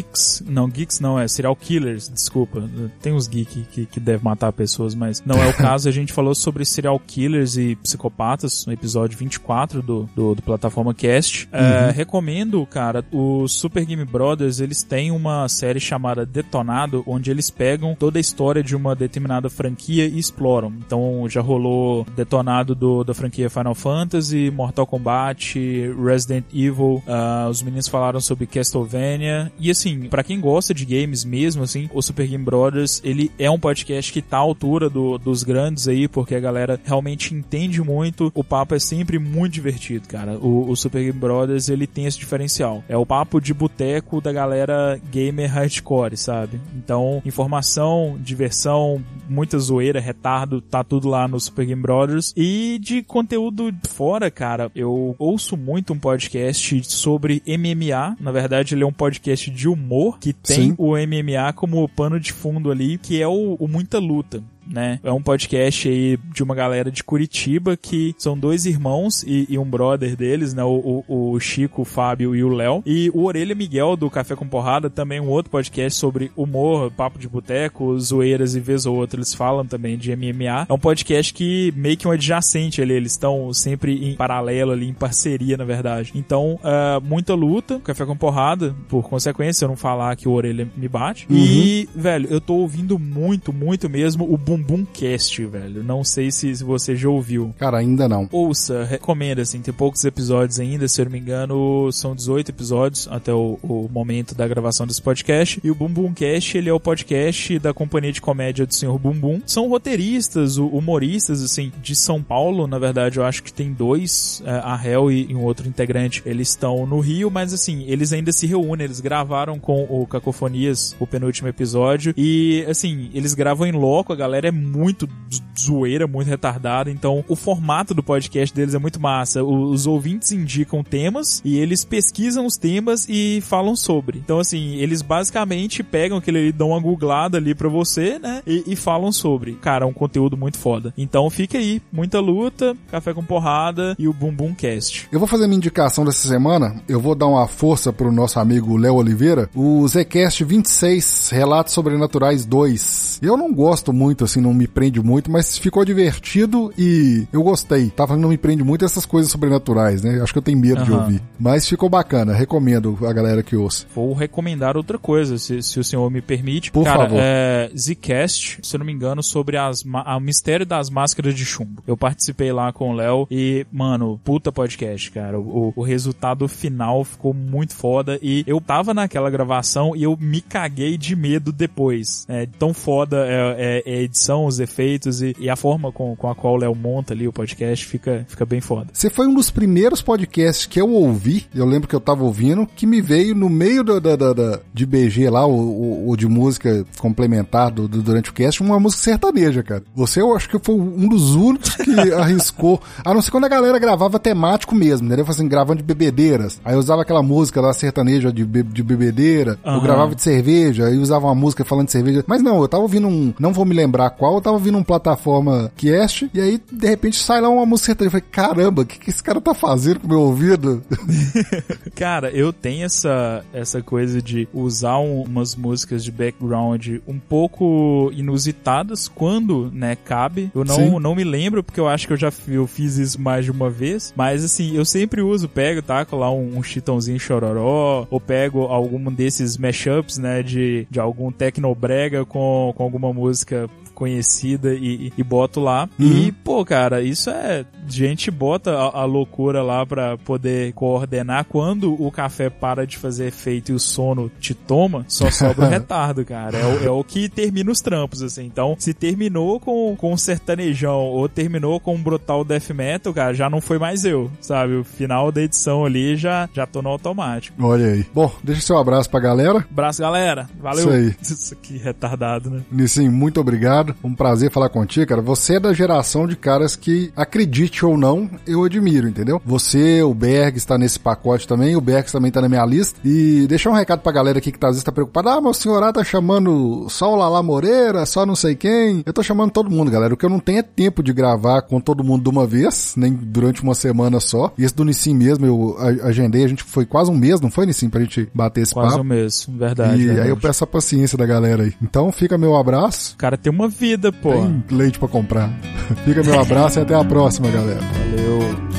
Geeks não, é Serial Killers, desculpa. Tem uns geeks que devem matar pessoas, mas não é o caso. A gente falou sobre Serial Killers e Psicopatas no episódio 24 do Plataforma Cast. Recomendo, cara, os Super Game Brothers, eles têm uma série chamada Detonado, onde eles pegam toda a história de uma determinada franquia e exploram. Então já rolou Detonado da franquia Final Fantasy, Mortal Kombat, Resident Evil, os meninos falaram sobre Castlevania, e assim, pra quem gosta de games mesmo, assim, o Super Game Brothers, ele é um podcast que tá à altura dos grandes aí, porque a galera realmente entende muito, o papo é sempre muito divertido, cara. O Super Game Brothers, ele tem esse diferencial. É o papo de boteco da galera gamer hardcore, sabe? Então, informação, diversão, muita zoeira, retardo, tá tudo lá no Super Game Brothers. E de conteúdo fora, cara, eu ouço muito um podcast sobre MMA. Na verdade, ele é um podcast de humor que tem o MMA como pano de fundo ali, que é o Muita Luta. Né? É um podcast aí de uma galera de Curitiba que são dois irmãos e um brother deles, né? O Chico, o Fábio e o Léo. E o Orelha Miguel do Café com Porrada, também um outro podcast sobre humor, papo de boteco, zoeiras e vez ou outra eles falam também de MMA. É um podcast que meio que um adjacente ali, eles estão sempre em paralelo ali, em parceria, na verdade. Então, Muita Luta, Café com Porrada, por consequência, eu não falar que o Orelha me bate. E, velho, eu tô ouvindo muito, muito mesmo o Bumbum Cast, velho. Não sei se você já ouviu. Cara, ainda não. Ouça, recomendo, assim, tem poucos episódios ainda, se eu não me engano, são 18 episódios até o momento da gravação desse podcast. E o Bumbum Cast, ele é o podcast da companhia de comédia do Senhor Bumbum. São roteiristas, humoristas, assim, de São Paulo, na verdade, eu acho que tem dois, a Hel e um outro integrante, eles estão no Rio, mas assim, eles ainda se reúnem, eles gravaram com o Cacofonias o penúltimo episódio, e assim, eles gravam em loco, a galera é muito zoeira, muito retardada, então o formato do podcast deles é muito massa. Os ouvintes indicam temas e eles pesquisam os temas e falam sobre. Então assim, eles basicamente pegam aquele ali, dão uma googlada ali pra você, né, e falam sobre. Cara, é um conteúdo muito foda. Então fica aí, Muita Luta, Café com Porrada e o Bumbum Cast. Eu vou fazer minha indicação dessa semana, eu vou dar uma força pro nosso amigo Léo Oliveira, o Zcast 26, Relatos Sobrenaturais 2. Eu não gosto muito, assim, não me prende muito, mas ficou divertido e eu gostei. Tá falando que não me prende muito essas coisas sobrenaturais, né? Acho que eu tenho medo de ouvir. Mas ficou bacana, recomendo a galera que ouça. Vou recomendar outra coisa, se o senhor me permite. Por favor. Zcast, se eu não me engano, sobre o mistério das máscaras de chumbo. Eu participei lá com o Léo e, mano, puta podcast, cara. O resultado final ficou muito foda e eu tava naquela gravação e eu me caguei de medo depois. Tão foda é a edição, os efeitos e a forma com a qual o Léo monta ali o podcast fica bem foda. Você foi um dos primeiros podcasts que eu ouvi, eu lembro que eu tava ouvindo, que me veio no meio de BG lá, ou de música complementar durante o cast, uma música sertaneja, cara. Você, eu acho que foi um dos únicos que arriscou, a não ser quando a galera gravava temático mesmo, né? Eu assim, gravando de bebedeiras, aí eu usava aquela música lá sertaneja de bebedeira, eu gravava de cerveja, aí usava uma música falando de cerveja, mas não, eu tava ouvindo não vou me lembrar qual, eu tava ouvindo um plataforma cast, e aí, de repente, sai lá uma música sertaneja, eu falei, caramba, o que esse cara tá fazendo com o meu ouvido? Cara, eu tenho essa coisa de usar umas músicas de background um pouco inusitadas, quando, né, cabe. Eu não me lembro, porque eu acho que eu fiz isso mais de uma vez, mas assim, eu sempre pego, taco lá um Chitãozinho Chororó, ou pego algum desses mashups, né, de algum tecnobrega com alguma música conhecida e boto lá. E, pô, cara, isso gente bota a loucura lá pra poder coordenar. Quando o café para de fazer efeito e o sono te toma, só sobra o retardo, cara. É o que termina os trampos, assim. Então, se terminou com um sertanejão ou terminou com um brutal death metal, cara, já não foi mais eu, sabe? O final da edição ali já tô no automático. Olha aí. Bom, deixa seu abraço pra galera. Abraço, galera. Valeu. Isso aí. Isso aqui retardado, né? Nissim, muito obrigado. Um prazer falar contigo, cara. Você é da geração de caras que, acredite ou não, eu admiro, entendeu? Você, o Berg, está nesse pacote também, o Berg também tá na minha lista. E deixar um recado pra galera aqui que às vezes tá preocupada. Meu senhorá tá chamando só o Lala Moreira, só não sei quem. Eu tô chamando todo mundo, galera. O que eu não tenho é tempo de gravar com todo mundo de uma vez, nem durante uma semana só. E esse do Nissim mesmo, eu agendei, a gente foi quase um mês, não foi, Nissim, pra gente bater esse papo? Quase um mês, verdade. E verdade. aí eu peço a paciência da galera aí. Então fica meu abraço. O cara tem uma vida, pô. Tem leite pra comprar. Fica meu abraço e até a próxima, galera. Valeu.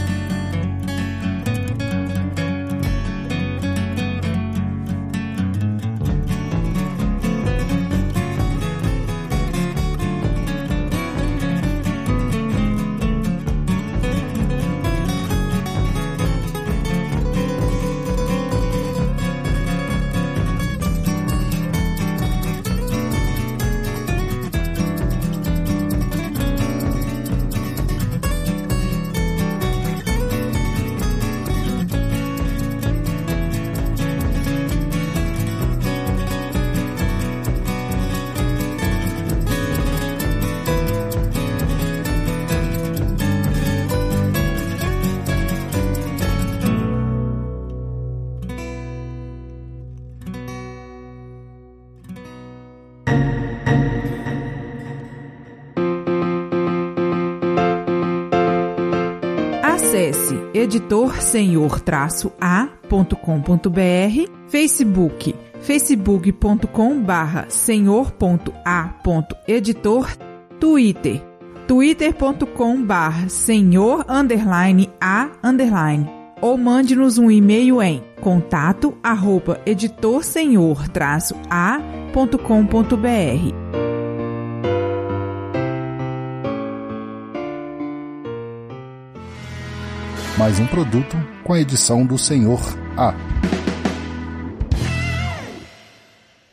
Acesse editorsenhor-a.com.br, Facebook, facebook.com/senhor.a.editor, Twitter, twitter.com/senhor_a_, ou mande-nos um e-mail em contato@editorsenhor-a.com.br. Mais um produto com a edição do Senhor A.